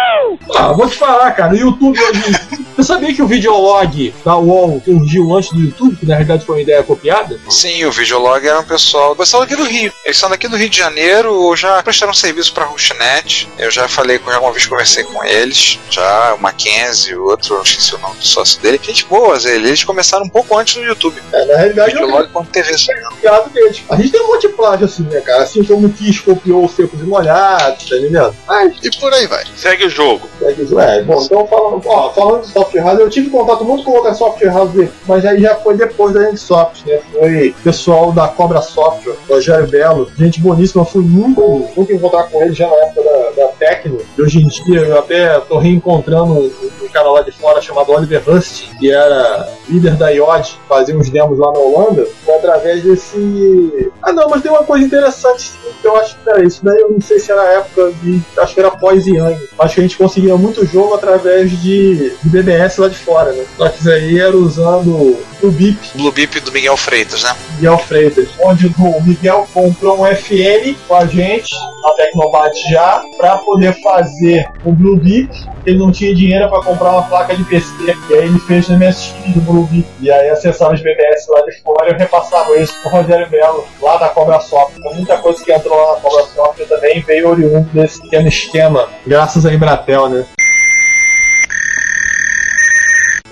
Ah, vou te falar, cara, o YouTube hoje. Você sabia que o videolog da U O L surgiu antes do YouTube, que na realidade foi uma ideia copiada? Sim, o videolog era um pessoal, o pessoal aqui do Rio. Eles são daqui do Rio de Janeiro, já prestaram serviço pra Hostnet. Eu já falei, já uma vez conversei com eles, já o Mackenzie, o outro, eu esqueci o nome do sócio dele. Gente boas, eles, eles começaram um pouco antes do YouTube. É, na realidade, videolog quando T V saiu. Deles. A gente tem um monte de plágio assim, né, cara? Assim como o Kiss copiou o Secos e Molhados, tá entendendo? Mas... E por aí vai. Segue o jogo. Segue o jogo. É, bom, então falando, ó, falando de software house, eu tive contato muito com outra software house, mas aí já foi depois da Nextsoft, né? Foi pessoal da Cobra Software, Rogério Belo, gente boníssima, fui muito, muito encontrar com ele já na época da, da Tecno. E hoje em dia eu até tô reencontrando um, um cara lá de fora chamado Oliver Rust, que era líder da I O D, fazia uns demos lá na Holanda, através desse... Ah não, mas tem uma coisa interessante sim, que eu acho que era isso, daí eu não sei se era a época de... acho que era pós-Yang. Acho que a gente conseguia muito jogo através de, de B B S lá de fora, né? Só que isso aí era usando o Bip. Blue Bip do Miguel Freitas, né? Miguel Freitas, onde o Miguel comprou um F M com a gente, na Tecnobat já, pra poder fazer o Blue Bip. Ele não tinha dinheiro para comprar uma placa de P C, e aí ele fez no M S X do Blue Bip. E aí acessava os B B S lá de fora e eu repassava isso pro Rogério Belo, lá da Cobra Software. Então, muita coisa que entrou lá na Cobra Software também veio oriundo desse pequeno esquema, graças a Embratel, né?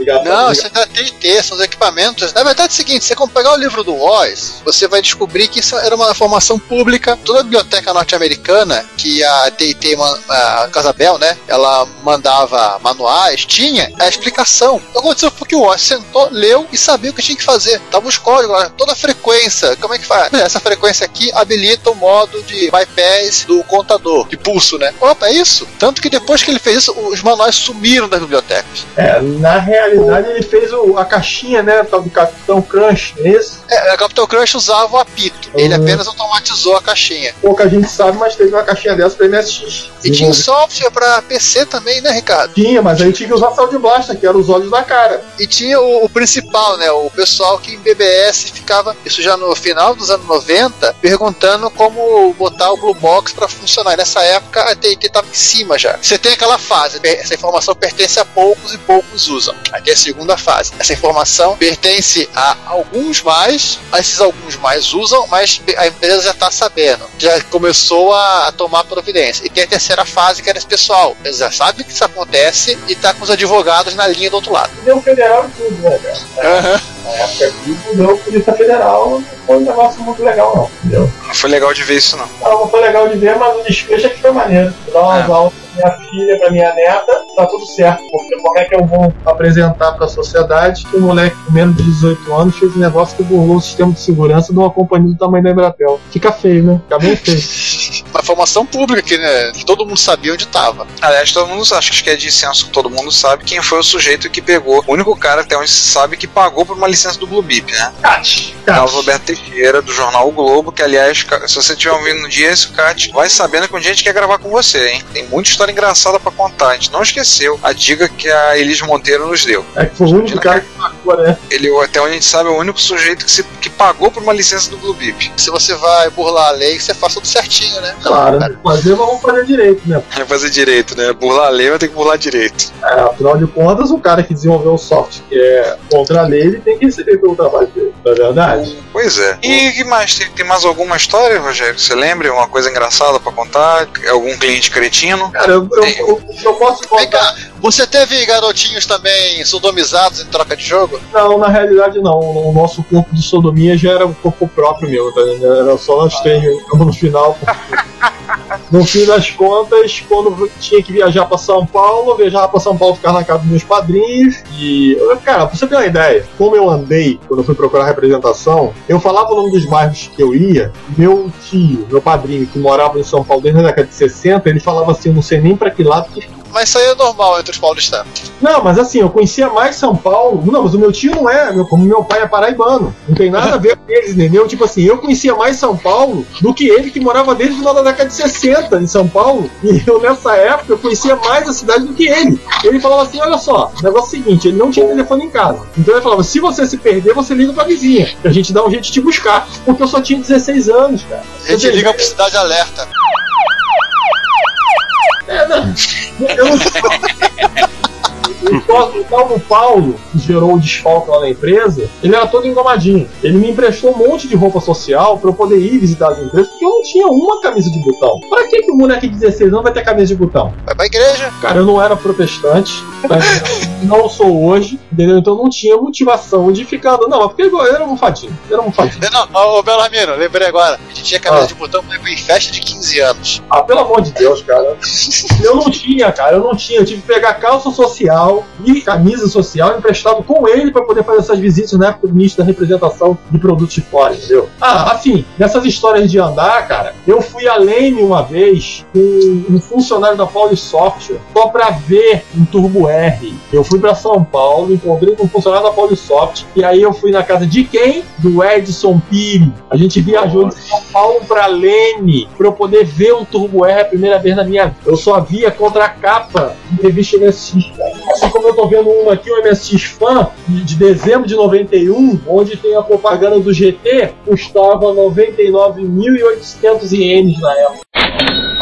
Ligação, Não, ligação. isso é da T e T, são os equipamentos. Na verdade é o seguinte, você como pegar o livro do Woz, você vai descobrir que isso era uma informação pública. Toda a biblioteca norte-americana, que a T e T, a Casabel, né, ela mandava manuais, tinha a explicação. O que aconteceu foi que o Woz sentou, leu e sabia o que tinha que fazer. Tava os códigos lá, toda a frequência, como é que faz? Essa frequência aqui habilita o modo de bypass do contador, de pulso, né? Opa, é isso? Tanto que depois que ele fez isso, os manuais sumiram das bibliotecas. É, na realidade ele fez o, a caixinha, né, tal do Capitão Crunch, é isso? É, o Capitão Crunch usava o apito. Ele apenas automatizou a caixinha. Pouca gente sabe, mas teve uma caixinha dessa pra M S X. E tinha um software pra P C também, né, Ricardo? Tinha, mas aí tinha que usar Sound Blaster, que era os olhos da cara. E tinha o, o principal, né, o pessoal que em B B S ficava, isso já no final dos anos noventa, perguntando como botar o Blue Box pra funcionar. E nessa época a T e T tava em cima já. Você tem aquela fase, essa informação pertence a poucos e poucos usam. Aqui é a segunda fase. Essa informação pertence a alguns mais, esses alguns mais usam, mas a empresa já está sabendo, já começou a, a tomar providência. E tem a terceira fase, que era esse pessoal. Eles já sabem que isso acontece e tá com os advogados na linha do outro lado. Deu federal e tudo, né, cara? Aham. Na época aqui, deu Polícia Federal, não foi um negócio muito legal, não. Entendeu? Não foi legal de ver isso, não. Não, não foi legal de ver, mas o desfecho é que foi maneiro. Dar umas É. aulas pra minha filha, pra minha neta, tá tudo certo. Porque como é que eu vou apresentar pra sociedade que um moleque com menos de dezoito anos fez um negócio que burlou o sistema de segurança de uma companhia do tamanho da Embratel? Fica feio, né? Fica bem feio. Uma informação pública que, né, todo mundo sabia onde estava. Aliás, todo mundo acha que é de senso, todo mundo sabe quem foi o sujeito que pegou. O único cara, até onde se sabe, que pagou por uma licença do Blue Beep, né? Cat, Carlos Roberto Teixeira, do jornal O Globo, que aliás, se você estiver ouvindo no dia esse Cat, vai sabendo que um dia a gente quer gravar com você, hein? Tem muita história engraçada pra contar. A gente não esqueceu a dica que a Elis Monteiro nos deu. É que foi o único cara que pagou, né? Ele, até onde a gente sabe, é o único sujeito que, se, que pagou por uma licença do Blue Beep. Se você vai burlar a lei, você faz tudo certinho, né? Claro, fazer, vamos fazer direito, né? Vai fazer direito, né? Burlar a lei, vai ter que burlar direito. É, afinal de contas, o cara que desenvolveu o software que é contra a lei, ele tem que receber pelo trabalho dele, não é verdade? Pois é. E que mais? Tem, tem mais alguma história, Rogério? Você lembra? Uma coisa engraçada pra contar? Algum cliente cretino? Cara, eu, eu, eu, eu posso Vem contar. cá, você teve garotinhos também sodomizados em troca de jogo? Não, na realidade não. O nosso corpo de sodomia já era um corpo próprio meu, tá entendendo? Era só nós três no final. No fim das contas, quando tinha que viajar pra São Paulo, eu viajava pra São Paulo, ficar na casa dos meus padrinhos. E, cara, pra você ter uma ideia, como eu andei quando eu fui procurar representação, eu falava o nome dos bairros que eu ia. Meu tio, meu padrinho, que morava em São Paulo desde a década de sessenta, ele falava assim: eu não sei nem pra que lado que fica. Mas isso aí é normal entre os paulistanos. Não, mas assim, eu conhecia mais São Paulo. Não, mas o meu tio não é, meu, como meu pai é paraibano. Não tem nada a ver com eles, entendeu? Tipo assim, eu conhecia mais São Paulo do que ele, que morava desde o final da década de sessenta em São Paulo. E eu, nessa época, eu conhecia mais a cidade do que ele. Ele falava assim: olha só, o negócio é o seguinte, ele não tinha telefone em casa. Então ele falava: se você se perder, você liga pra vizinha, que a gente dá um jeito de te buscar. Porque eu só tinha dezesseis anos, cara. A gente liga pra Cidade Alerta. É, não. Eu não sei. O tal do Paulo, que gerou o desfalque lá na empresa, ele era todo engomadinho. Ele me emprestou um monte de roupa social pra eu poder ir visitar as empresas, porque eu não tinha uma camisa de botão. Pra que, que o moleque de dezesseis anos vai ter camisa de botão? Vai pra igreja. Cara, eu não era protestante, não sou hoje, entendeu? Então não tinha motivação de ficar. Não, mas porque eu era um fadinho. Era um fadinho. Não, ô Belarmino, lembrei agora. A gente tinha camisa Ah. de botão pra ir em festa de quinze anos. Ah, pelo amor de Deus, cara. Eu não tinha, cara, eu não tinha. Eu tive que pegar calça social e camisa social emprestado com ele pra poder fazer essas visitas na época do início da representação de produtos de fora, entendeu? Ah, assim, nessas histórias de andar, cara, eu fui a Leme uma vez com um funcionário da Pauli Software só pra ver um Turbo R. Eu fui pra São Paulo, encontrei com um funcionário da Pauli Software e aí eu fui na casa de quem? Do Edson Pires. A gente viajou de São Paulo pra Leme pra eu poder ver um Turbo R a primeira vez na minha vida. Eu só via contra a capa de revista M S X, cara. Assim como eu tô vendo uma aqui, o M S X Fan, de, de dezembro de noventa e um, onde tem a propaganda do G T, custava noventa e nove mil e oitocentos ienes na época.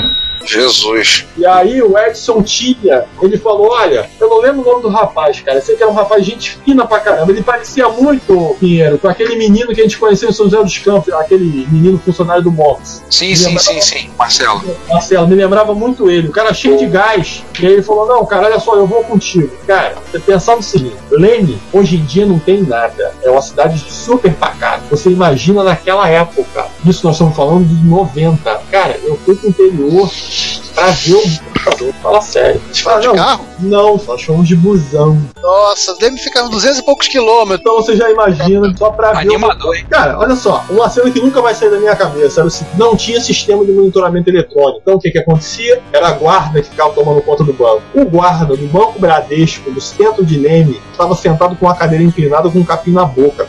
Jesus. E aí o Edson tinha, ele falou, olha, eu não lembro o nome do rapaz, cara, eu sei que era um rapaz de gente fina pra caramba, ele parecia muito, Pinheiro, com aquele menino que a gente conheceu em São José dos Campos, aquele menino funcionário do Mox. Sim, sim, sim, sim, Marcelo. Marcelo, me lembrava muito ele, o cara cheio de gás, e aí ele falou, não, cara, olha só, eu vou contigo. Cara, você pensar no seguinte, Leme, hoje em dia não tem nada, é uma cidade super pacata, você imagina naquela época, isso nós estamos falando de noventa, cara, eu fui pro interior pra ver o computador, fala sério. Fala de não, carro? Não, nós fomos de busão. Nossa, deve ficar duzentos e poucos quilômetros. Então você já imagina, só pra ver. Animador, hein? Cara, olha só, uma cena que nunca vai sair da minha cabeça era o seguinte: não tinha sistema de monitoramento eletrônico. Então o que que acontecia? Era a guarda que ficava tomando conta do banco. O guarda do Banco Bradesco, do centro de Leme, estava sentado com uma cadeira inclinada com um capim na boca.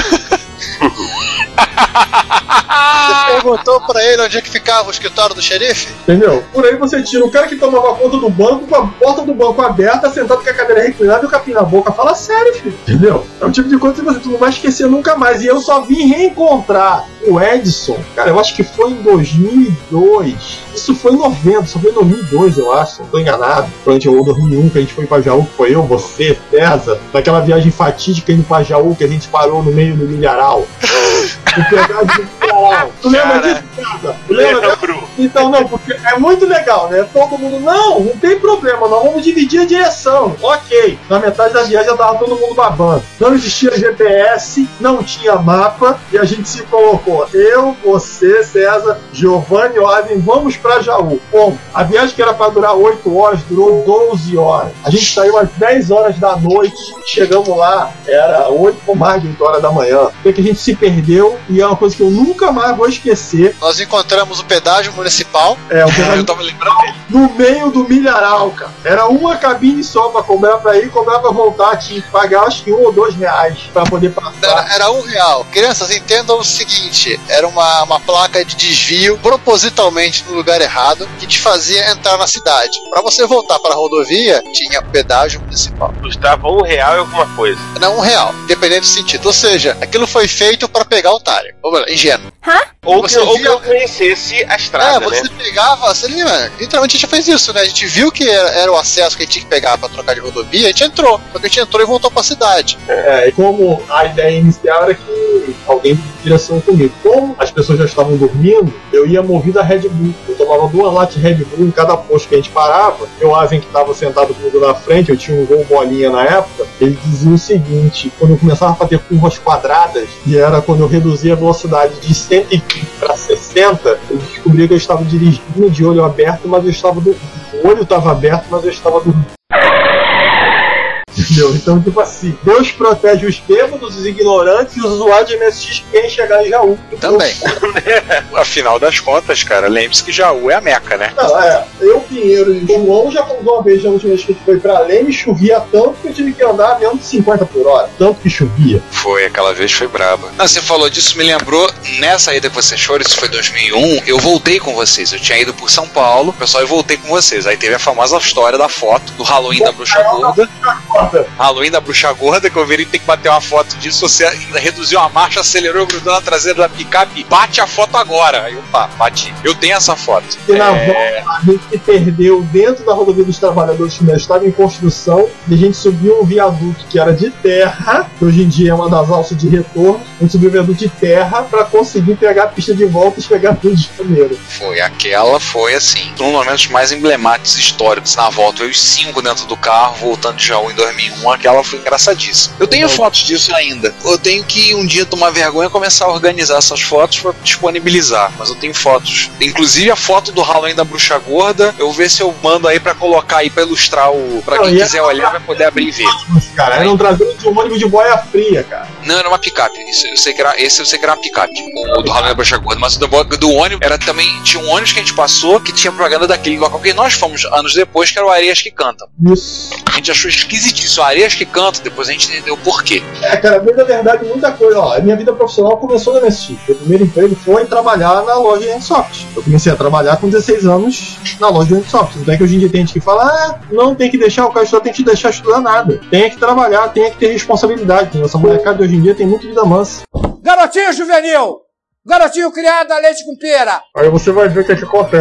Você perguntou pra ele onde é que ficava o escritório do xerife? Entendeu? Por aí você tira o cara que tomava conta do banco com a porta do banco aberta, sentado com a cadeira reclinada e o capim na boca. Fala sério, filho. Entendeu? É o tipo de coisa que você tu não vai esquecer nunca mais. E eu só vim reencontrar o Edson, cara, eu acho que foi em dois mil e dois. Isso foi em novembro, só foi em dois mil e dois, eu acho. Não tô enganado. Durante o dois mil e um que a gente foi pra Jaú, que foi eu, você, César. Naquela viagem fatídica indo pra Jaú, que a gente parou no meio do milharal. O pegado do milharal. Tu lembra disso, César? Tu lembra disso? Então, não, porque é muito legal, né? Todo mundo, não, não tem problema, nós vamos dividir a direção. Ok. Na metade da viagem já tava todo mundo babando. Não existia G P S, não tinha mapa, e a gente se colocou. Eu, você, César, Giovanni, Oven, vamos pra Jaú. Bom, a viagem que era pra durar oito horas, durou doze horas. A gente saiu às dez horas da noite, chegamos lá, era oito ou mais de oito horas da manhã. Foi que a gente se perdeu, e é uma coisa que eu nunca mais vou esquecer. Nós encontramos o pedágio municipal. É, o pedágio Eu tava lembrando dele. no meio do milharal, cara. Era uma cabine só pra cobrar pra ir e cobrar pra voltar. Tinha que pagar acho que um ou dois reais pra poder passar. Era, era um real. Crianças, entendam o seguinte: era uma, uma placa de desvio propositalmente no lugar errado que te fazia entrar na cidade. Pra você voltar pra rodovia, tinha pedágio municipal. Custava um real e alguma coisa. Era um real, dependendo do sentido. Ou seja, aquilo foi feito pra pegar o otário. Vamos lá, ingênuo. Ou Você que, ou que via- eu conhecesse a É, estrada, você né? pegava, você lembra? Literalmente a gente já fez isso, né? A gente viu que era, era o acesso que a gente tinha que pegar pra trocar de rodovia, a gente entrou. Só que a gente entrou e voltou pra cidade. É, e como a ideia inicial era que alguém de direção comigo. Como as pessoas já estavam dormindo, eu ia movido a Red Bull. Eu tomava duas latas de Red Bull em cada posto que a gente parava. Eu, Aven, que estava sentado comigo na frente, eu tinha um gol bolinha na época, ele dizia o seguinte: quando eu começava a fazer curvas quadradas, e era quando eu reduzia a velocidade de cento e vinte para sessenta, eu descobria que eu estava dirigindo de olho aberto, mas eu estava dormindo. O olho estava aberto, mas eu estava dormindo. Entendeu? Então, tipo assim, Deus protege os bêbados, os ignorantes e os usuários de M S X que querem chegar em Jaú. Também. Afinal das contas, cara, lembre-se que Jaú é a Meca, né? Não, é, eu, Pinheiro e o João já fomos uma vez, na última vez que a gente foi pra Leme, chovia tanto que eu tive que andar a menos de cinquenta por hora. Tanto que chovia. Foi, aquela vez foi braba. Não, você falou disso, me lembrou, nessa ida que vocês foram, isso foi dois mil e um, eu voltei com vocês. Eu tinha ido por São Paulo, pessoal, eu voltei com vocês. Aí teve a famosa história da foto do Halloween da Bruxa Gorda. Halloween da Bruxa Gorda, que eu vi ele tem que bater uma foto disso, você ainda reduziu a marcha, acelerou, grudou na traseira da picape, bate a foto agora. Aí eu, pá, bati. Eu tenho essa foto. E na É... volta, a gente se perdeu dentro da rodovia dos trabalhadores que ainda estava em construção, e a gente subiu um viaduto que era de terra, que hoje em dia é uma das alças de retorno. A gente subiu o viaduto de terra para conseguir pegar a pista de volta e chegar no Rio de Janeiro. Foi, aquela foi assim, um dos momentos mais emblemáticos históricos na volta. Eu os cinco dentro do carro, voltando de Jaú em dois mil e um, aquela foi engraçadíssima. Eu tenho fotos disso ainda. Eu tenho que um dia tomar vergonha e começar a organizar essas fotos para disponibilizar. Mas eu tenho fotos. Inclusive a foto do Halloween da Bruxa Gorda. Eu vou ver se eu mando aí para colocar aí, para ilustrar o. Pra quem Não, quiser olhar, vai poder abrir e ver. Cara, era um traseiro de um ônibus de boia fria, cara. Não, era uma picape. Isso, eu sei que era, esse eu sei que era uma picape. O do Halloween da Bruxa Gorda. Mas o do, do ônibus era também. Tinha um ônibus que a gente passou que tinha propaganda daquele local que nós fomos anos depois, que era o Areias que Cantam. Isso. A gente achou esquisitíssimo. Areias que Cantam, depois a gente entendeu o porquê. É, cara, bem na verdade, muita coisa. Ó, a minha vida profissional começou na M S X. Meu primeiro emprego foi trabalhar na loja de Handsoft. Eu comecei a trabalhar com dezesseis anos na loja de Handsoft. Não é que hoje em dia tem gente que fala, ah, não tem que deixar o cara estudar, tem que te deixar estudar nada. Tem que trabalhar, tem que ter responsabilidade. Essa molecada de hoje em dia tem muito vida mansa. Garotinho juvenil! Garotinho criado a leite com pera! Aí você vai ver o que é que acontece.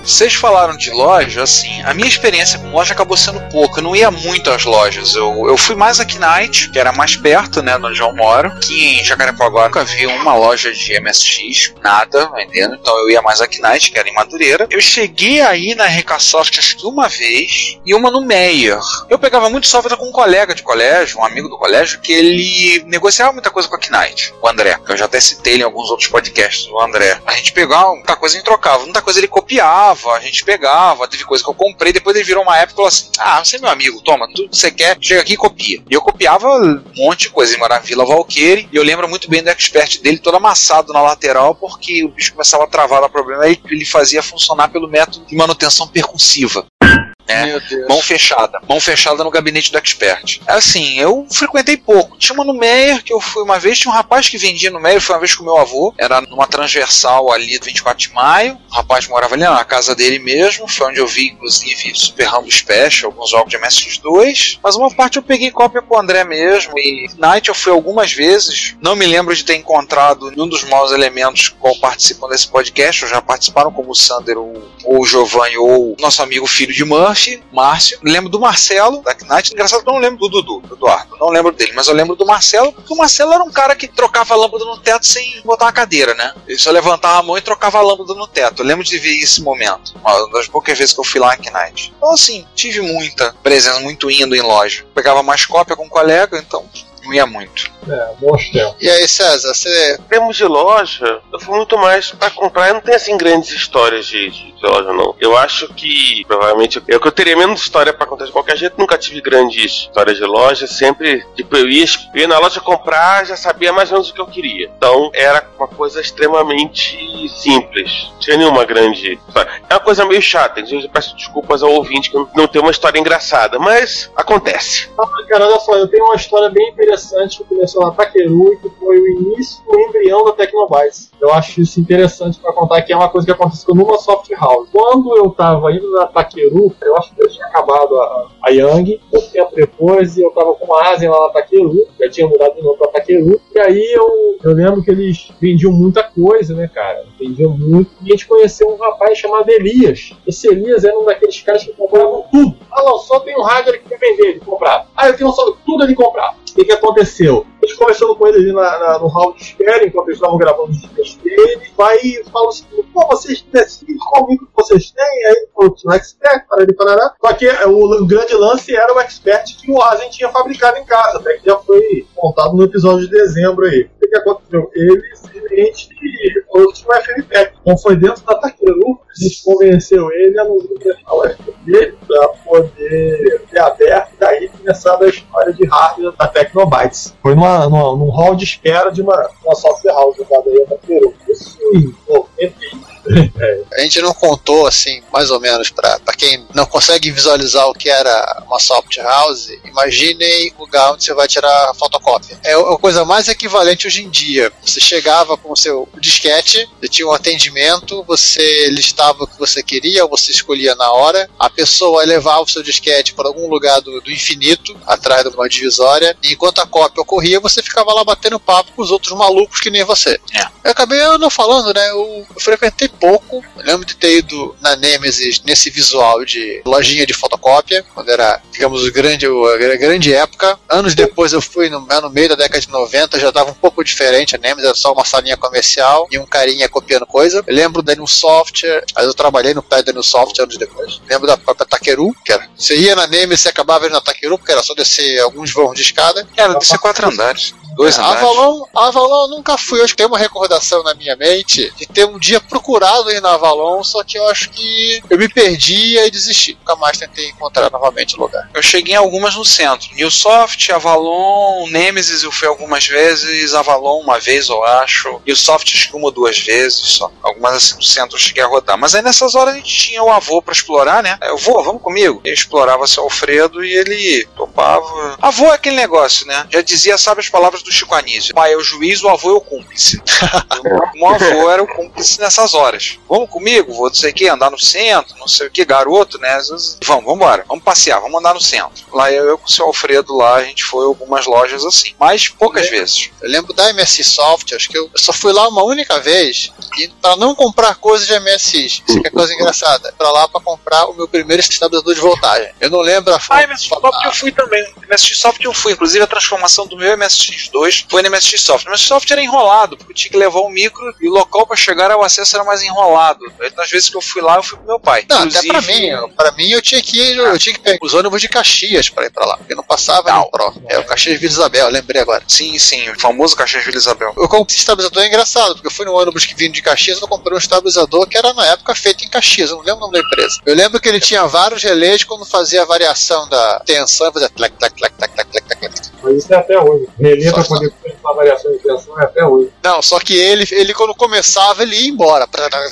Vocês falaram de loja, assim, a minha experiência com loja acabou sendo pouca, eu não ia muito às lojas, eu, eu fui mais aqui na Knight, que era mais perto, né, de onde eu moro, que em Jacarepaguá nunca vi uma loja de M S X, nada vendendo, então eu ia mais aqui na Knight, que era em Madureira. Eu cheguei aí na R K Soft acho que uma vez, e uma no Meyer. Eu pegava muito software com um colega de colégio, um amigo do colégio, que ele negociava muita coisa com a Knight, o André, que eu já até citei ele em alguns outros podcasts, o André. A gente pegava muita coisa e trocava, muita coisa ele copiava, a gente pegava, teve coisa que eu comprei, depois ele virou uma época e falou assim, ah, você é meu amigo, toma, tudo que você quer, chega aqui e copia. E eu copiava um monte de coisa, em Maravilha Valkyrie, e eu lembro muito bem do expert dele, todo amassado na lateral, porque o bicho começava a travar, dar problema, e ele fazia funcionar pelo método de manutenção percussiva. É, Meu Deus. Mão fechada, mão fechada no gabinete do expert. Assim, eu frequentei pouco. Tinha uma no Meyer, que eu fui uma vez, tinha um rapaz que vendia no Meyer, foi uma vez com o meu avô, era numa transversal ali do vinte e quatro de maio. O rapaz morava ali na casa dele mesmo, foi onde eu vi, inclusive, Super Rambo Special, alguns jogos de M S X dois. Mas uma parte eu peguei cópia com o André mesmo, e Knight eu fui algumas vezes. Não me lembro de ter encontrado nenhum dos maus elementos qual participam desse podcast, ou já participaram, como o Sander, ou o Giovanni, ou o nosso amigo filho de Murphy, Márcio. Lembro do Marcelo, da Knight. Engraçado que eu não lembro do Dudu, do Eduardo. Não lembro dele, mas eu lembro do Marcelo, porque o Marcelo era um cara que trocava a lâmpada no teto sem botar uma cadeira, né? Ele só levantava a mão e trocava a lâmpada no teto. Eu lembro de ver esse momento. Uma das poucas vezes que eu fui lá na Knight. Então, assim, tive muita presença, muito indo em loja. Pegava mais cópia com um colega, então não ia muito. É, bons tempos. E aí, César, você... Em termos de loja, eu fui muito mais pra comprar. Eu não tenho, assim, grandes histórias de, de, de loja, não. Eu acho que, provavelmente, eu que eu teria menos história pra contar de qualquer jeito. Nunca tive grandes histórias de loja. Sempre, tipo, eu ia, eu ia na loja comprar, já sabia mais ou menos o que eu queria. Então, era uma coisa extremamente simples. Não tinha nenhuma grande história. É uma coisa meio chata. Às vezes eu peço desculpas ao ouvinte que não tem uma história engraçada. Mas, acontece. Ah, cara, olha só, eu tenho uma história bem interessante que começou na Takeru e que foi o início do embrião da Tecnobytes. Eu acho isso interessante para contar, que é uma coisa que aconteceu numa soft house. Quando eu estava indo na Takeru, eu acho que eu tinha acabado a, a Yang, pouco tempo depois, e eu estava com uma Asen lá na Takeru, já tinha mudado de novo para Takeru, e aí eu, eu lembro que eles vendiam muita coisa, né, cara? Vendiam muito, e a gente conheceu um rapaz chamado Elias. Esse Elias era um daqueles caras que compravam tudo. Ah, não, só tem um hardware que quer vender, ele comprava. Ah, eu tenho só tudo, ele comprava. O que, que aconteceu? A gente conversando com ele ali na, na, no hall de espera, enquanto eles estavam gravando os vídeos dele, vai e fala assim, pô, vocês decidem qual micro que vocês têm? Aí ele falou, tinha um Expert, para ele parar. Só que o, o grande lance era o Expert que o Asen tinha fabricado em casa, até que já foi montado no episódio de dezembro aí. O que, que aconteceu? Ele simplesmente falou que tinha um F M P. Então foi dentro da Takeru, a gente convenceu ele a não deixar o F M P dele para poder ter aberto, e daí começar a história de hardware da Tecnobytes. Foi numa, numa, num hall de espera de uma, uma software house da Takeru. Isso em noventa e um. A gente não contou, assim, mais ou menos, pra, pra quem não consegue visualizar o que era uma soft house, imaginem o lugar onde você vai tirar a fotocópia. É a coisa mais equivalente hoje em dia. Você chegava com o seu disquete, você tinha um atendimento, você listava o que você queria, ou você escolhia na hora, a pessoa levava o seu disquete para algum lugar do, do infinito, atrás de uma divisória, e enquanto a cópia ocorria, você ficava lá batendo papo com os outros malucos que nem você. É. Eu acabei não falando, né? Eu, eu frequentei pouco. Eu lembro de ter ido na Nemesis nesse visual de lojinha de fotocópia, quando era, digamos, o grande, a grande época. Anos depois eu fui no, no meio da década de noventa, já estava um pouco diferente a Nemesis, era só uma salinha comercial e um carinha copiando coisa. Eu lembro da New Software, mas eu trabalhei no pé da New Software anos depois. Lembro da própria Takeru, que era. Você ia na Nemesis e acabava indo na Takeru, porque era só descer alguns vãos de escada. Era descer quatro andares. Dois é, andares. Avalon, Avalon eu nunca fui. Eu acho que tem uma recordação na minha mente de ter um dia procurado ir na Avalon, só que eu acho que eu me perdi e desisti. Nunca mais tentei encontrar novamente o lugar. Eu cheguei em algumas no centro. Newsoft, Avalon, Nemesis eu fui algumas vezes, Avalon uma vez eu acho, e o Soft acho que uma ou duas vezes só. Algumas assim no centro eu cheguei a rodar. Mas aí nessas horas a gente tinha o avô pra explorar, né? Eu vou, vamos comigo. Eu explorava seu Alfredo e ele topava. Avô é aquele negócio, né? Já dizia, sabe as palavras do Chico Anísio. O pai é o juiz, o avô é o cúmplice. O avô era o cúmplice nessas horas. Vamos comigo? Vou não sei o que, andar no centro, não sei o que, garoto, né? Vamos, vamos embora, vamos passear, vamos andar no centro. Lá eu, eu com o seu Alfredo lá, a gente foi a algumas lojas assim, mas poucas eu vezes. Eu lembro da M S I Soft, acho que eu, eu só fui lá uma única vez, e para não comprar coisas de M S I, isso que é coisa engraçada, pra lá pra comprar o meu primeiro estabilizador de voltagem. Eu não lembro a forma. Ah, M S X Soft eu fui também. M S X Soft eu fui. Inclusive a transformação do meu M S X dois foi no M S X Soft. O M S X Soft era enrolado, porque eu tinha que levar o micro e o local pra chegar ao acesso era mais enrolado. Nas vezes que eu fui lá, eu fui com meu pai. Não, inclusive, até pra mim. Eu, pra mim eu tinha que ir, eu tinha que pegar os ônibus de Caxias pra ir pra lá, porque não passava no Pro. É o Caxias Vila Isabel, lembrei agora. Sim, sim, o famoso Caxias Vila Isabel. Eu comprei esse estabilizador, é engraçado, porque eu fui no ônibus que vinha de Caxias, eu comprei um estabilizador que era na época feito em Caxias, eu não lembro o nome da empresa. Eu lembro que ele tinha vários relés quando fazia a variação da tensão, fazia tlec, tlec, tlec, tlec, tlec, tlec, tlec. Mas isso é até hoje. Relé pra poder fazer uma variação de tensão é até hoje. Não, só que ele, ele quando começava, ele ia embora.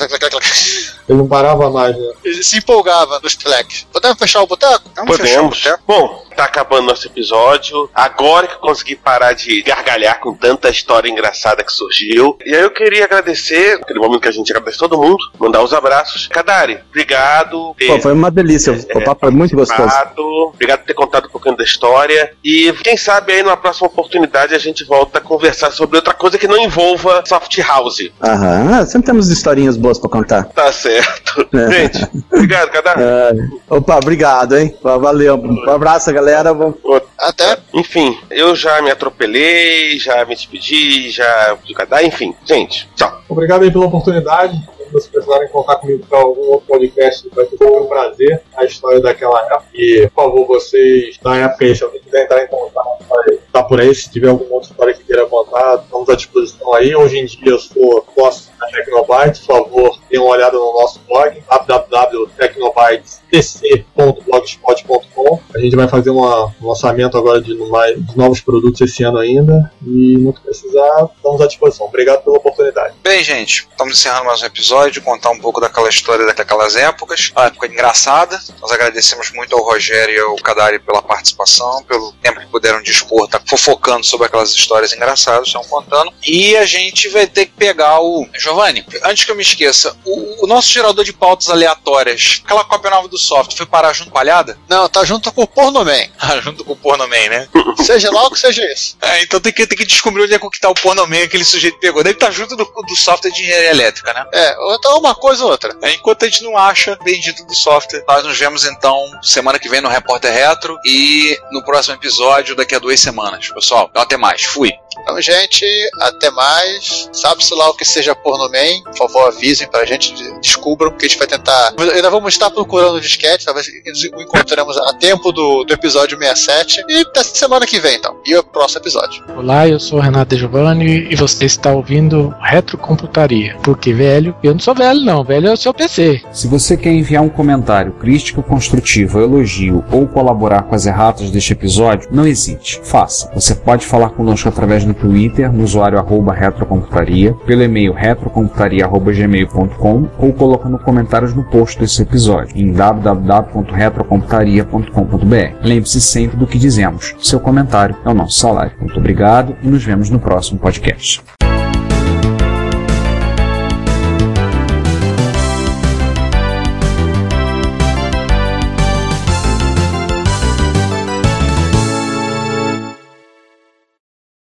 Ele não parava mais, né? Ele se empolgava nos plecs. Podemos fechar o boteco? Vamos Podemos. fechar o boteco? Bom, tá acabando nosso episódio. Agora que eu consegui parar de gargalhar com tanta história engraçada que surgiu. E aí eu queria agradecer, naquele momento que a gente agradece todo mundo, mandar os abraços. Kadari, obrigado. Pô, foi uma delícia. O papo foi muito gostoso. Obrigado por ter contado um pouquinho da história. E quem sabe aí numa próxima oportunidade a gente volta a conversar sobre outra coisa que não envolva soft house. Aham, sempre temos historinhas boas pra contar. Tá certo. É. Gente, obrigado, Kadari. É. Opa, obrigado, hein? Valeu. Um abraço, galera. Até. Enfim, eu já me atropelei, já me despedi, já pedi Kadari, enfim. Gente, tchau. Obrigado aí pela oportunidade. Se vocês precisarem contar comigo para algum outro podcast, vai ser um prazer a história daquela época. E, por favor, vocês, na época aí, se alguém quiser entrar em contato, tá por aí. Se tiver alguma outra história que queira contar, estamos à disposição aí. Hoje em dia eu sou sócio da Tecnobytes. Por favor, dê uma olhada no nosso blog, w w w ponto tecnobytes t c ponto blogspot ponto com. A gente vai fazer uma, um lançamento agora de, mais, de novos produtos esse ano ainda. E no que precisar, estamos à disposição. Obrigado pela oportunidade. Bem, gente, estamos encerrando mais um episódio, contar um pouco daquela história daquelas épocas, uma época engraçada. Nós agradecemos muito ao Rogério e ao Kadari pela participação, pelo tempo que puderam dispor, tá fofocando sobre aquelas histórias engraçadas, estão contando. E a gente vai ter que pegar o... Giovanni, antes que eu me esqueça, o, o nosso gerador de pautas aleatórias, aquela cópia nova do software, foi parar junto com a Palhada? Não, tá junto com o Pornoman. Ah, junto com o Pornoman, né? Seja lá o que seja isso. É, então tem que, tem que descobrir onde é que tá o Pornoman que aquele sujeito pegou. Deve estar junto do, do software de engenharia elétrica, né? É, ou então uma coisa ou outra. É, enquanto a gente não acha bendito do software, nós nos vemos então semana que vem no Repórter Retro e no próximo episódio daqui a duas semanas. Pessoal, então até mais. Fui. Então, gente, até mais. Sabe-se lá o que seja Pornoman, por favor, avisem pra gente, descubram, que a gente vai tentar. Ainda vamos estar procurando o disquete, talvez o encontremos a tempo do, do episódio sessenta e sete. E até semana que vem, então. E o próximo episódio. Olá, eu sou o Renato De Giovanni e você está ouvindo Retrocomputaria. Porque velho, eu não sou velho, não. Velho é o seu P C. Se você quer enviar um comentário crítico, construtivo, elogio ou colaborar com as erratas deste episódio, não hesite. Faça. Você pode falar conosco através do Twitter, no usuário arroba retrocomputaria, pelo e-mail retrocomputaria arroba gmail ponto com ou colocando comentários no post desse episódio em w w w ponto retrocomputaria ponto com ponto b r. Lembre-se sempre do que dizemos. Seu comentário é o nosso salário. Muito obrigado e nos vemos no próximo podcast.